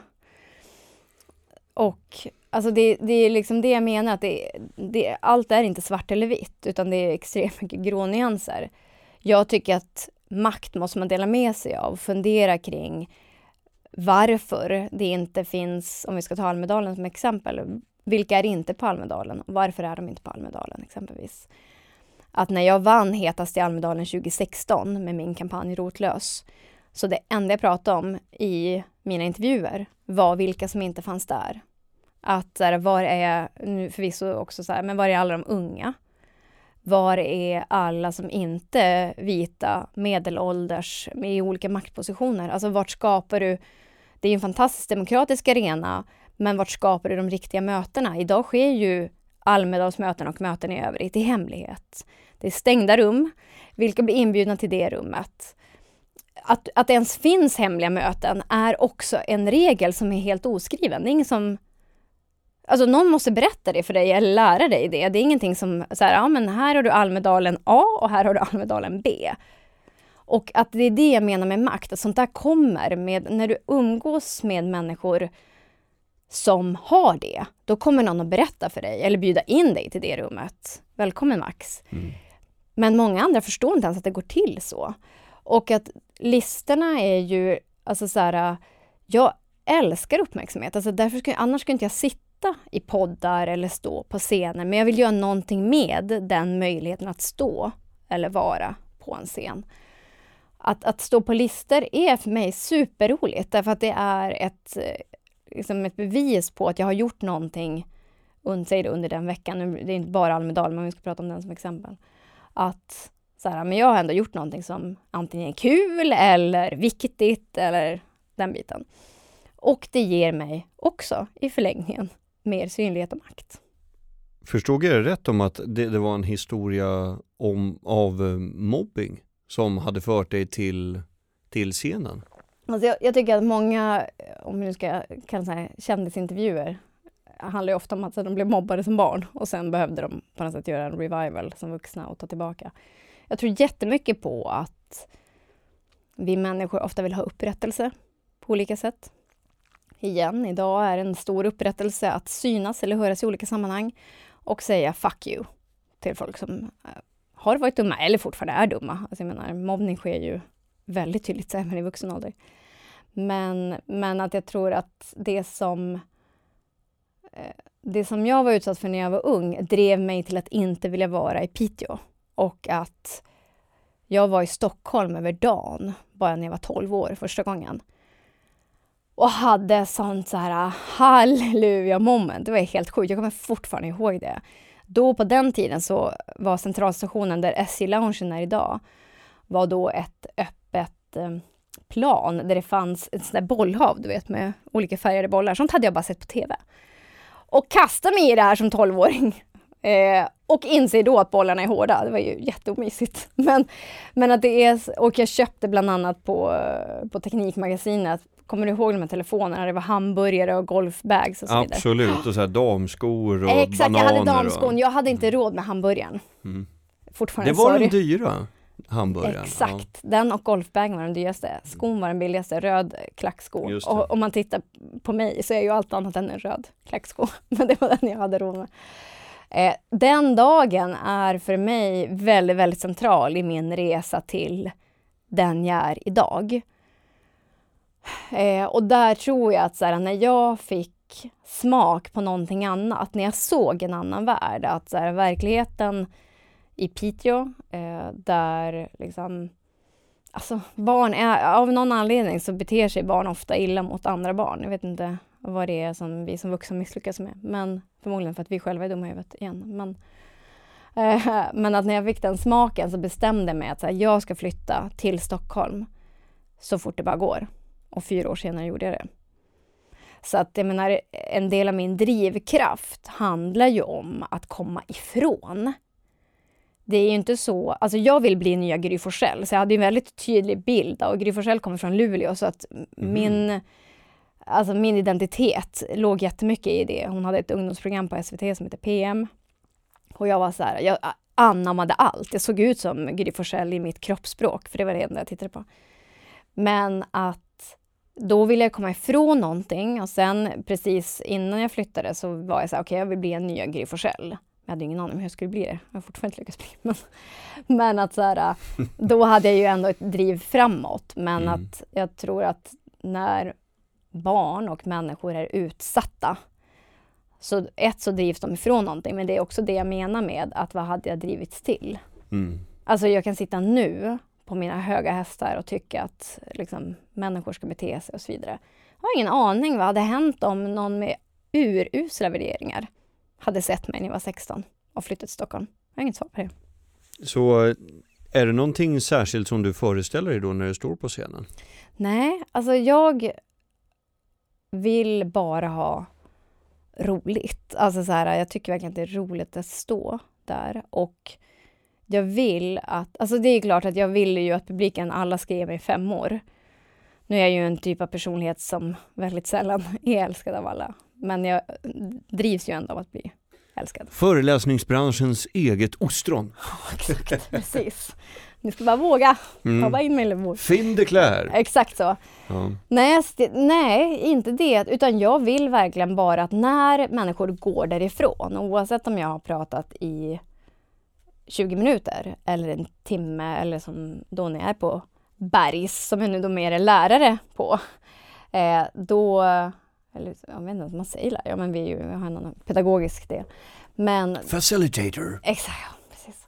Speaker 1: Och alltså det är liksom det jag menar, att allt är inte svart eller vitt, utan det är extremt mycket grånyanser. Jag tycker att makt måste man dela med sig av och fundera kring varför det inte finns, om vi ska ta Almedalen som exempel, vilka är inte på Almedalen och varför är de inte på Almedalen exempelvis. Att när jag vann hetast i Almedalen 2016 med min kampanj Rotlös, så det enda jag pratade om i mina intervjuer var vilka som inte fanns där. Att var är, nu förvisso också så här, men var är alla de unga? Var är alla som inte är vita, medelålders, med olika maktpositioner? Alltså vart skapar du, det är ju en fantastisk demokratisk arena, men vart skapar du de riktiga mötena? Idag sker ju Almedalsmöten och möten i övrigt i hemlighet. Det är stängda rum, vilka blir inbjudna till det rummet? Att det ens finns hemliga möten är också en regel som är helt oskriven. Det är ingen som, alltså någon måste berätta det för dig eller lära dig det. Det är ingenting som så här, ja men här har du Almedalen A och här har du Almedalen B.
Speaker 2: Och att det är det jag menar med makt. Att sånt där kommer med, när du umgås med människor som har det. Då kommer någon att berätta för dig eller bjuda in dig till det rummet. Välkommen Max. Men många andra förstår inte ens att det går till så. Och att listorna är ju, alltså så här, jag älskar uppmärksamhet. Alltså annars skulle inte jag sitta i poddar eller stå på scener. Men jag vill göra någonting med den möjligheten att stå eller vara på en scen. Att stå på listor är för mig superroligt. Därför att det är ett bevis på att jag har gjort någonting under den veckan. Det är inte bara Almedalen, men vi ska prata om den som exempel. Att så här, men jag har ändå gjort någonting som antingen är kul eller viktigt eller den biten. Och det ger mig också i förlängningen mer synlighet och makt.
Speaker 1: Förstod jag det rätt om att det var en historia av mobbing som hade fört dig till scenen?
Speaker 2: Alltså jag tycker att många, om vi nu ska kalla det kändisintervjuer, handlar ju ofta om att de blev mobbade som barn och sen behövde de på något sätt göra en revival som vuxna och ta tillbaka. Jag tror jättemycket på att vi människor ofta vill ha upprättelse på olika sätt. Igen, idag är en stor upprättelse att synas eller höras i olika sammanhang och säga fuck you till folk som har varit dumma eller fortfarande är dumma. Alltså jag menar, mobbning sker ju väldigt tydligt även i vuxen ålder. Men att jag tror att det som jag var utsatt för när jag var ung drev mig till att inte vilja vara i Piteå. Och att jag var i Stockholm över dagen, bara när jag var 12 år första gången. Och hade sånt så här halleluja moment. Det var helt sjukt, jag kommer fortfarande ihåg det. Då på den tiden så var centralstationen där SJ-loungen är idag, var då ett öppet plan där det fanns ett sånt där bollhav, du vet, med olika färgade bollar. Sånt hade jag bara sett på tv. Och kastade mig i det här som 12-åring. Och inser då att bollarna är hårda. Det var ju jätteomysigt. Men att det är... Och jag köpte bland annat på Teknikmagasinet. Kommer du ihåg de här telefonerna? Det var hamburgare och golfbags och så vidare.
Speaker 1: Absolut, och så här damskor och
Speaker 2: exakt,
Speaker 1: bananer.
Speaker 2: Jag hade damskon. Jag hade inte råd med hamburgaren. Fortfarande,
Speaker 1: det var de dyra hamburgaren.
Speaker 2: Exakt, den och golfbagen var den dyraste. Skon var den billigaste, röd klacksko. Och om man tittar på mig så är ju allt annat än en röd klacksko. Men det var den jag hade råd med. Den dagen är för mig väldigt, väldigt central i min resa till den jag är idag. Och där tror jag att så här, när jag fick smak på någonting annat, när jag såg en annan värld, att så här, verkligheten i Piteå, där liksom, alltså barn är, av någon anledning så beter sig barn ofta illa mot andra barn. Jag vet inte vad det är som vi som vuxna misslyckas med, men förmodligen för att vi själva är dumma i huvudet igen. Men att när jag fick den smaken så bestämde jag mig att så här, jag ska flytta till Stockholm så fort det bara går. Och 4 år senare gjorde jag det. Så att jag menar, en del av min drivkraft handlar ju om att komma ifrån. Det är ju inte så, alltså jag vill bli nya Gry Forssell, så jag hade ju en väldigt tydlig bild, och Gry Forssell kommer från Luleå, så att min identitet låg jättemycket i det. Hon hade ett ungdomsprogram på SVT som heter PM. Och jag var så här, jag anammade allt. Jag såg ut som Gry Forssell i mitt kroppsspråk, för det var det enda jag tittade på. Men att då ville jag komma ifrån någonting, och sen precis innan jag flyttade så var jag så här, okej, jag vill bli en ny Gry Forssell. Jag hade ingen aning om hur jag skulle bli det. Jag har fortfarande inte lyckats bli. Men att så här, då hade jag ju ändå ett driv framåt. Men att jag tror att när barn och människor är utsatta, så så drivs de ifrån någonting. Men det är också det jag menar med att vad hade jag drivits till? Alltså jag kan sitta nu på mina höga hästar och tycka att liksom, människor ska bete sig och så vidare. Jag har ingen aning vad hade hänt om någon med urusla värderingar hade sett mig när jag var 16 och flyttat till Stockholm. Jag har inget svar på det.
Speaker 1: Så är det någonting särskilt som du föreställer dig då när du står på scenen?
Speaker 2: Nej, alltså jag vill bara ha roligt. Alltså så här, jag tycker verkligen att det är roligt att stå där, och jag vill att, alltså det är klart att jag vill ju att publiken alla ska ge mig 5 år. Nu är jag ju en typ av personlighet som väldigt sällan är älskad av alla. Men jag drivs ju ändå av att bli älskad.
Speaker 1: Föreläsningsbranschens eget ostron.
Speaker 2: Exakt, precis. Ni ska bara våga. Ta bara in med bord.
Speaker 1: Fin de klär.
Speaker 2: Exakt så.
Speaker 1: Ja.
Speaker 2: Nej, inte det. Utan jag vill verkligen bara att när människor går därifrån, oavsett om jag har pratat i 20 minuter eller en timme eller som då ni är på Bergs, som jag nu då mer är lärare på, då, eller jag vet inte vad man säger, ja men vi har en pedagogisk del. Men,
Speaker 1: facilitator.
Speaker 2: Exakt, ja, precis.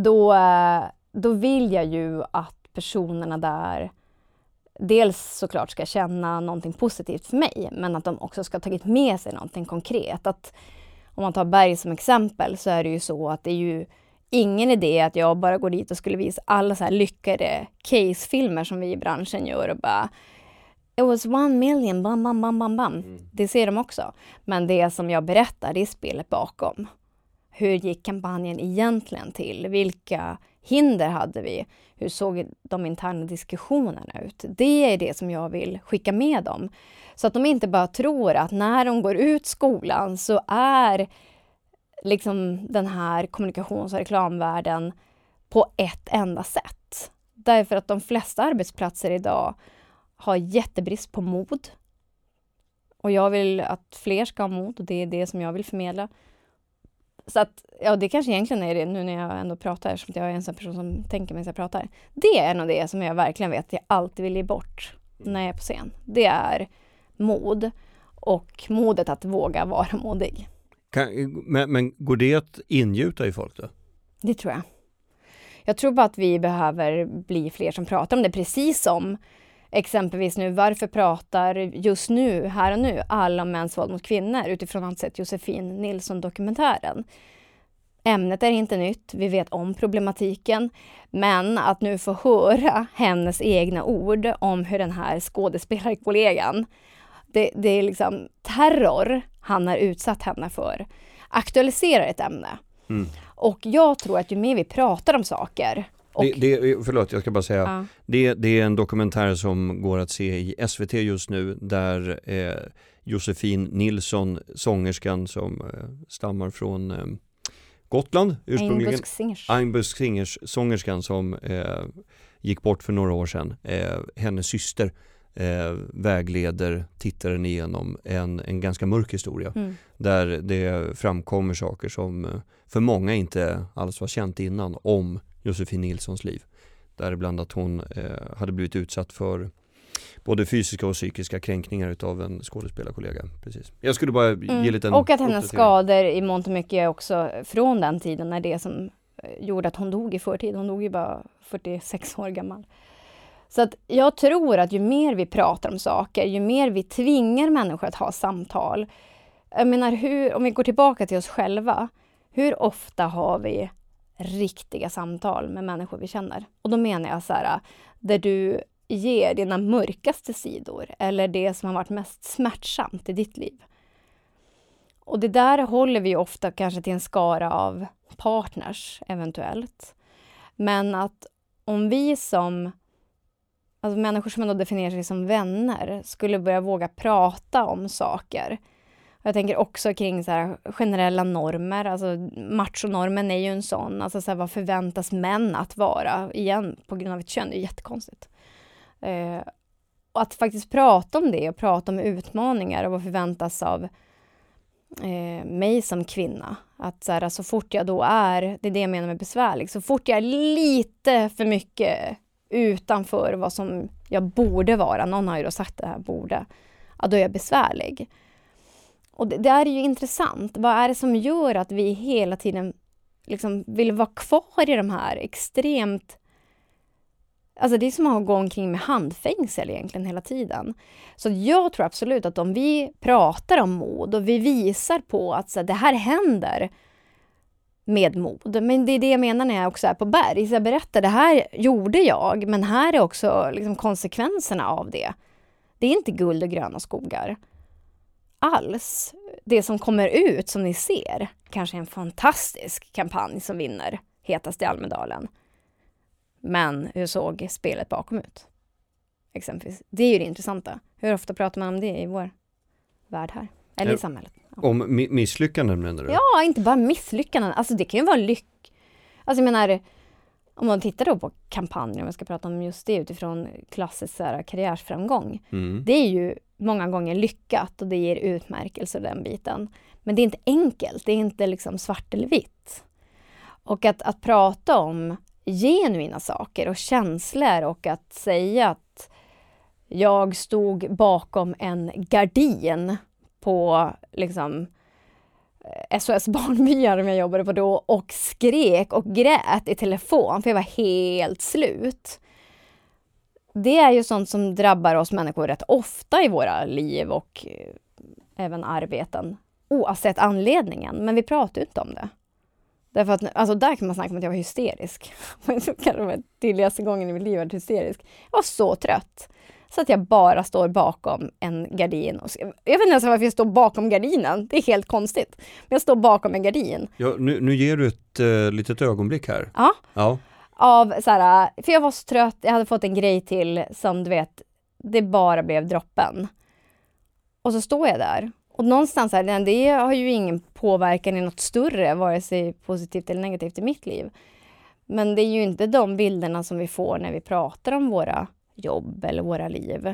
Speaker 2: Då vill jag ju att personerna där dels såklart ska känna någonting positivt för mig, men att de också ska ha tagit med sig någonting konkret. Att om man tar Berg som exempel så är det ju så att det är ju ingen idé att jag bara går dit och skulle visa alla så här lyckade case-filmer som vi i branschen gör och bara it was 1 million, bam, bam, bam, bam, bam. Det ser de också. Men det som jag berättar, det är spelet bakom. Hur gick kampanjen egentligen till? Vilka hinder hade vi? Hur såg de interna diskussionerna ut? Det är det som jag vill skicka med dem. Så att de inte bara tror att när de går ut skolan så är liksom den här kommunikations- och reklamvärlden på ett enda sätt. Därför att de flesta arbetsplatser idag har jättebrist på mod. Och jag vill att fler ska ha mod och det är det som jag vill förmedla. Så att, ja, det kanske egentligen är det nu när jag ändå pratar, som att jag är en sån person som tänker mig att jag pratar. Det är nog det som jag verkligen vet att jag alltid vill ge bort när jag är på scen. Det är mod och modet att våga vara modig.
Speaker 1: Men går det att ingjuta i folk då?
Speaker 2: Det tror jag. Jag tror bara att vi behöver bli fler som pratar om det, precis som exempelvis nu, varför pratar just nu, här och nu, alla om mäns våld mot kvinnor utifrån att sett Josefin Nilsson-dokumentären. Ämnet är inte nytt, vi vet om problematiken, men att nu få höra hennes egna ord om hur den här skådespelarkollegan, det är liksom terror han har utsatt henne för, aktualiserar ett ämne. Och jag tror att ju mer vi pratar om saker.
Speaker 1: Förlåt, jag ska bara säga. Ja. Det är en dokumentär som går att se i SVT just nu där Josefin Nilsson, sångerskan som stammar från Gotland ursprungligen. Einbusk Singers, sångerskan som gick bort för några år sedan. Hennes syster vägleder tittaren igenom en ganska mörk historia där det framkommer saker som för många inte alls var känt innan om Josefin Nilssons liv. Däribland att hon hade blivit utsatt för både fysiska och psykiska kränkningar utav en skådespelarkollega. Precis. Jag skulle bara ge lite
Speaker 2: och att hennes skador i mångt och mycket också från den tiden är det som gjorde att hon dog i förtid. Hon dog ju bara 46 år gammal. Så att jag tror att ju mer vi pratar om saker, ju mer vi tvingar människor att ha samtal. Jag menar, om vi går tillbaka till oss själva, hur ofta har vi riktiga samtal med människor vi känner? Och då menar jag så här, där du ger dina mörkaste sidor eller det som har varit mest smärtsamt i ditt liv. Och det där håller vi ofta kanske till en skara av partners eventuellt. Men att om vi som alltså människor som ändå definierar sig som vänner skulle börja våga prata om saker. Jag tänker också kring så här generella normer. Alltså machonormen är ju en sån. Alltså så här, vad förväntas män att vara? Igen, på grund av ett kön. Det är jättekonstigt. Och att faktiskt prata om det och prata om utmaningar och vad förväntas av mig som kvinna. Att så här, så fort jag då det är det jag menar med besvärlig. Så fort jag är lite för mycket utanför vad som jag borde vara. Någon har ju då sagt det här borde. Ja, då är jag besvärlig. Och det är ju intressant. Vad är det som gör att vi hela tiden liksom vill vara kvar i de här extremt... Alltså det är som att gå omkring med handfängsel egentligen hela tiden. Så jag tror absolut att om vi pratar om mod och vi visar på att så, det här händer med mod. Men det är det jag menar när jag också är på Berg. Så jag berättar, det här gjorde jag, men här är också liksom konsekvenserna av det. Det är inte guld och gröna skogar. Alls. Det som kommer ut som ni ser, kanske en fantastisk kampanj som vinner hetast i Almedalen. Men hur såg spelet bakom ut? Exempelvis. Det är ju det intressanta. Hur ofta pratar man om det i vår värld här? Eller i samhället? Ja.
Speaker 1: Om misslyckanden menar du?
Speaker 2: Ja, inte bara misslyckanden. Alltså det kan ju vara Alltså jag menar, om man tittar då på kampanjer, om jag ska prata om just det utifrån klassisk så här, karriärsframgång. Det är ju många gånger lyckat och det ger utmärkelser den biten. Men det är inte enkelt, det är inte liksom svart eller vitt. Och att prata om genuina saker och känslor och att säga att jag stod bakom en gardin på liksom SOS Barnbyar jag jobbade på då och skrek och grät i telefon för jag var helt slut. Det är ju sånt som drabbar oss människor rätt ofta i våra liv och även arbeten oavsett anledningen, men vi pratar ju inte om det. Därför att, alltså där kan man snacka om att jag var hysterisk. Kanske det var tydligaste gången i mitt liv jag var hysterisk. Jag var så trött. Så att jag bara står bakom en gardin. Jag vet inte ens varför jag står bakom gardinen. Det är helt konstigt. Men jag står bakom en gardin.
Speaker 1: Ja, nu ger du ett litet ögonblick här.
Speaker 2: Ja. Av så här, för jag var så trött. Jag hade fått en grej till som du vet, det bara blev droppen. Och så står jag där. Och någonstans här, det har ju ingen påverkan i något större, vare sig positivt eller negativt i mitt liv. Men det är ju inte de bilderna som vi får när vi pratar om våra jobb eller våra liv.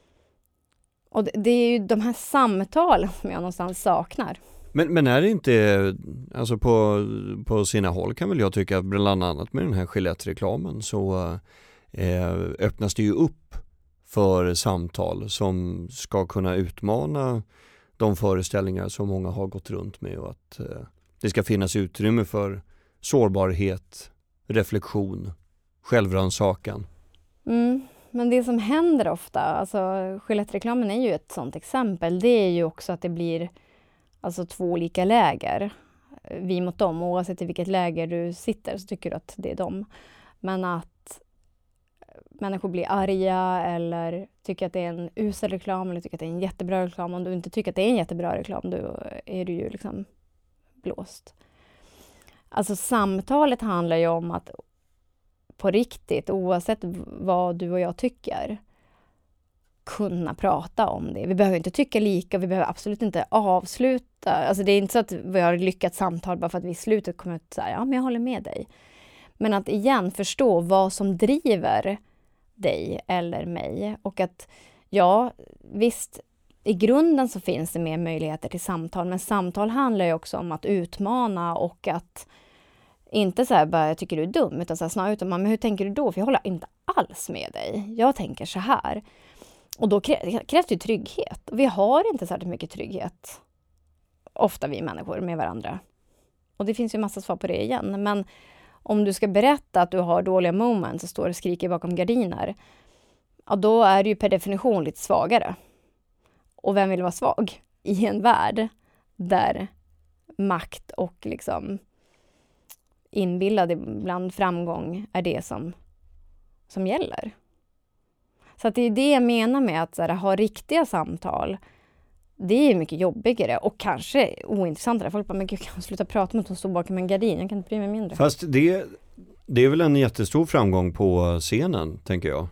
Speaker 2: Och det är ju de här samtalen som jag någonstans saknar.
Speaker 1: Men är det inte, alltså på sina håll kan väl jag tycka, bland annat med den här Gillette-reklamen så öppnas det ju upp för samtal som ska kunna utmana de föreställningar som många har gått runt med och att det ska finnas utrymme för sårbarhet, reflektion, självrannsakan.
Speaker 2: Men det som händer ofta, alltså Gillette-reklamen är ju ett sånt exempel, det är ju också att det blir alltså 2 olika läger. Vi mot dem, oavsett i vilket läger du sitter så tycker du att det är dem. Men att människor blir arga eller tycker att det är en usel reklam eller tycker att det är en jättebra reklam. Om du inte tycker att det är en jättebra reklam, då är du ju liksom blåst. Alltså samtalet handlar ju om att på riktigt, oavsett vad du och jag tycker, kunna prata om det. Vi behöver inte tycka lika, vi behöver absolut inte avsluta. Alltså det är inte så att vi har lyckats samtal bara för att vi i slutet kommer ut så här, ja men jag håller med dig. Men att igen förstå vad som driver dig eller mig. Och att ja, visst, i grunden så finns det mer möjligheter till samtal. Men samtal handlar ju också om att utmana och att inte så här bara, jag tycker du är dum, utan så här, snarare utan, men hur tänker du då? För jag håller inte alls med dig. Jag tänker så här. Och då krävs det ju trygghet. Vi har inte särskilt mycket trygghet. Ofta vi människor med varandra. Och det finns ju massa svar på det igen. Men om du ska berätta att du har dåliga moments och står och skriker bakom gardiner, ja, då är du ju per definition lite svagare. Och vem vill vara svag? I en värld där makt och liksom inbillad ibland framgång är det som gäller. Så att det är det jag menar med att så här, ha riktiga samtal. Det är mycket jobbigare och kanske ointressantare. Folk bara, men gud, kan jag sluta prata med att hon står bakom en gardin? Jag kan inte bry mig mindre.
Speaker 1: Fast det är väl en jättestor framgång på scenen, tänker jag.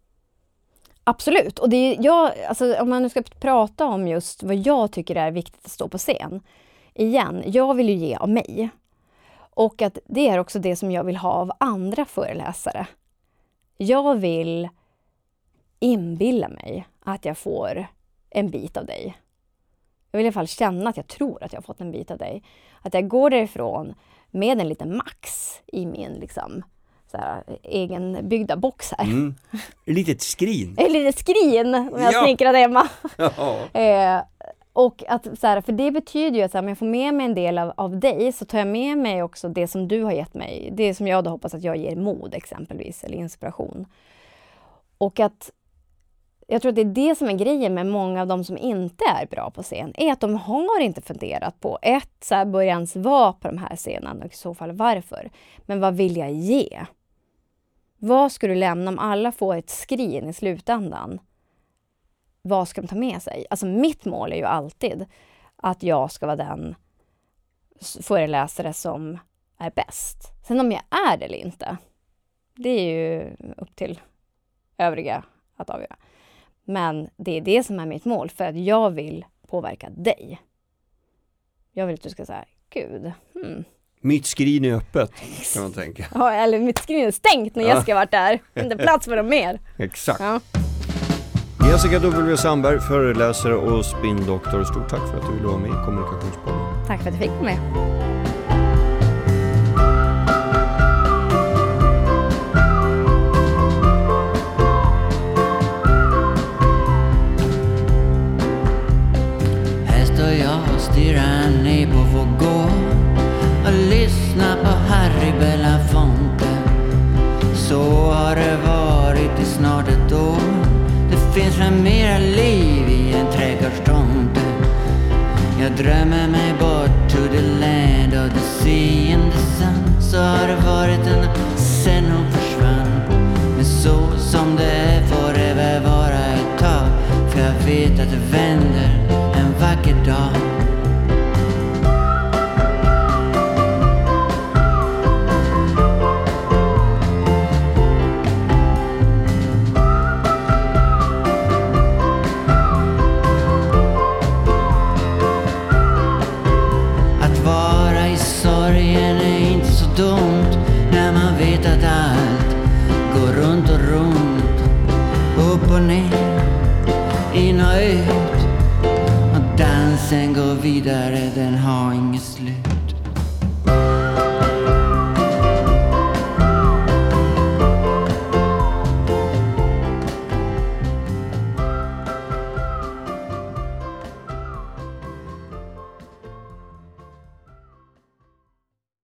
Speaker 2: Absolut. Och det är, alltså, om man nu ska prata om just vad jag tycker är viktigt att stå på scen. Igen, jag vill ju ge av mig. Och att det är också det som jag vill ha av andra föreläsare. Jag vill inbilla mig att jag får en bit av dig. Jag vill i alla fall känna att jag tror att jag har fått en bit av dig. Att jag går därifrån med en liten max i min liksom, så här, egen byggda box här.
Speaker 1: Ett litet skrin.
Speaker 2: Ett litet skrin om jag snickrade hemma.
Speaker 1: Ja.
Speaker 2: Och att, så här, för det betyder ju att så här, om jag får med mig en del av dig så tar jag med mig också det som du har gett mig. Det som jag då hoppas att jag ger mod exempelvis eller inspiration. Och att jag tror att det är det som är grejen med många av de som inte är bra på scen. Är att de har inte funderat på så här, börja ens vara på de här scenerna och i så fall varför. Men vad vill jag ge? Vad ska du lämna om alla får ett skrin i slutändan? Vad ska de ta med sig? Alltså mitt mål är ju alltid att jag ska vara den föreläsare som är bäst. Sen om jag är det eller inte, det är ju upp till övriga att avgöra. Men det är det som är mitt mål, för att jag vill påverka dig. Jag vill att du ska säga, gud.
Speaker 1: Mitt skrin är öppet, kan man tänka.
Speaker 2: Ja, eller mitt skrin är stängt när Jessica varit där. Inte plats för dem mer.
Speaker 1: Exakt.
Speaker 2: Ja.
Speaker 1: Jessica W. Sandberg, föreläsare och spindoktor. Stort tack för att du ville vara med i Kommunikationspodden.
Speaker 2: Tack för att du fick vara med.
Speaker 3: Här står jag och stirrar ner på vår gård och lyssnar på Harry Belafonte. Så har det varit i snart ett år. Det finns väl mera liv i en trädgårdstomte. Jag drömmer mig bort to the land of the sea and the sun. Så har det varit sen hon försvann. Men så som det är får det väl vara ett tag. För jag vet att det vänder en vacker dag. Dumt när man vet att allt går runt och runt, upp och ner, in och ut, och dansen går vidare, den har inget slut.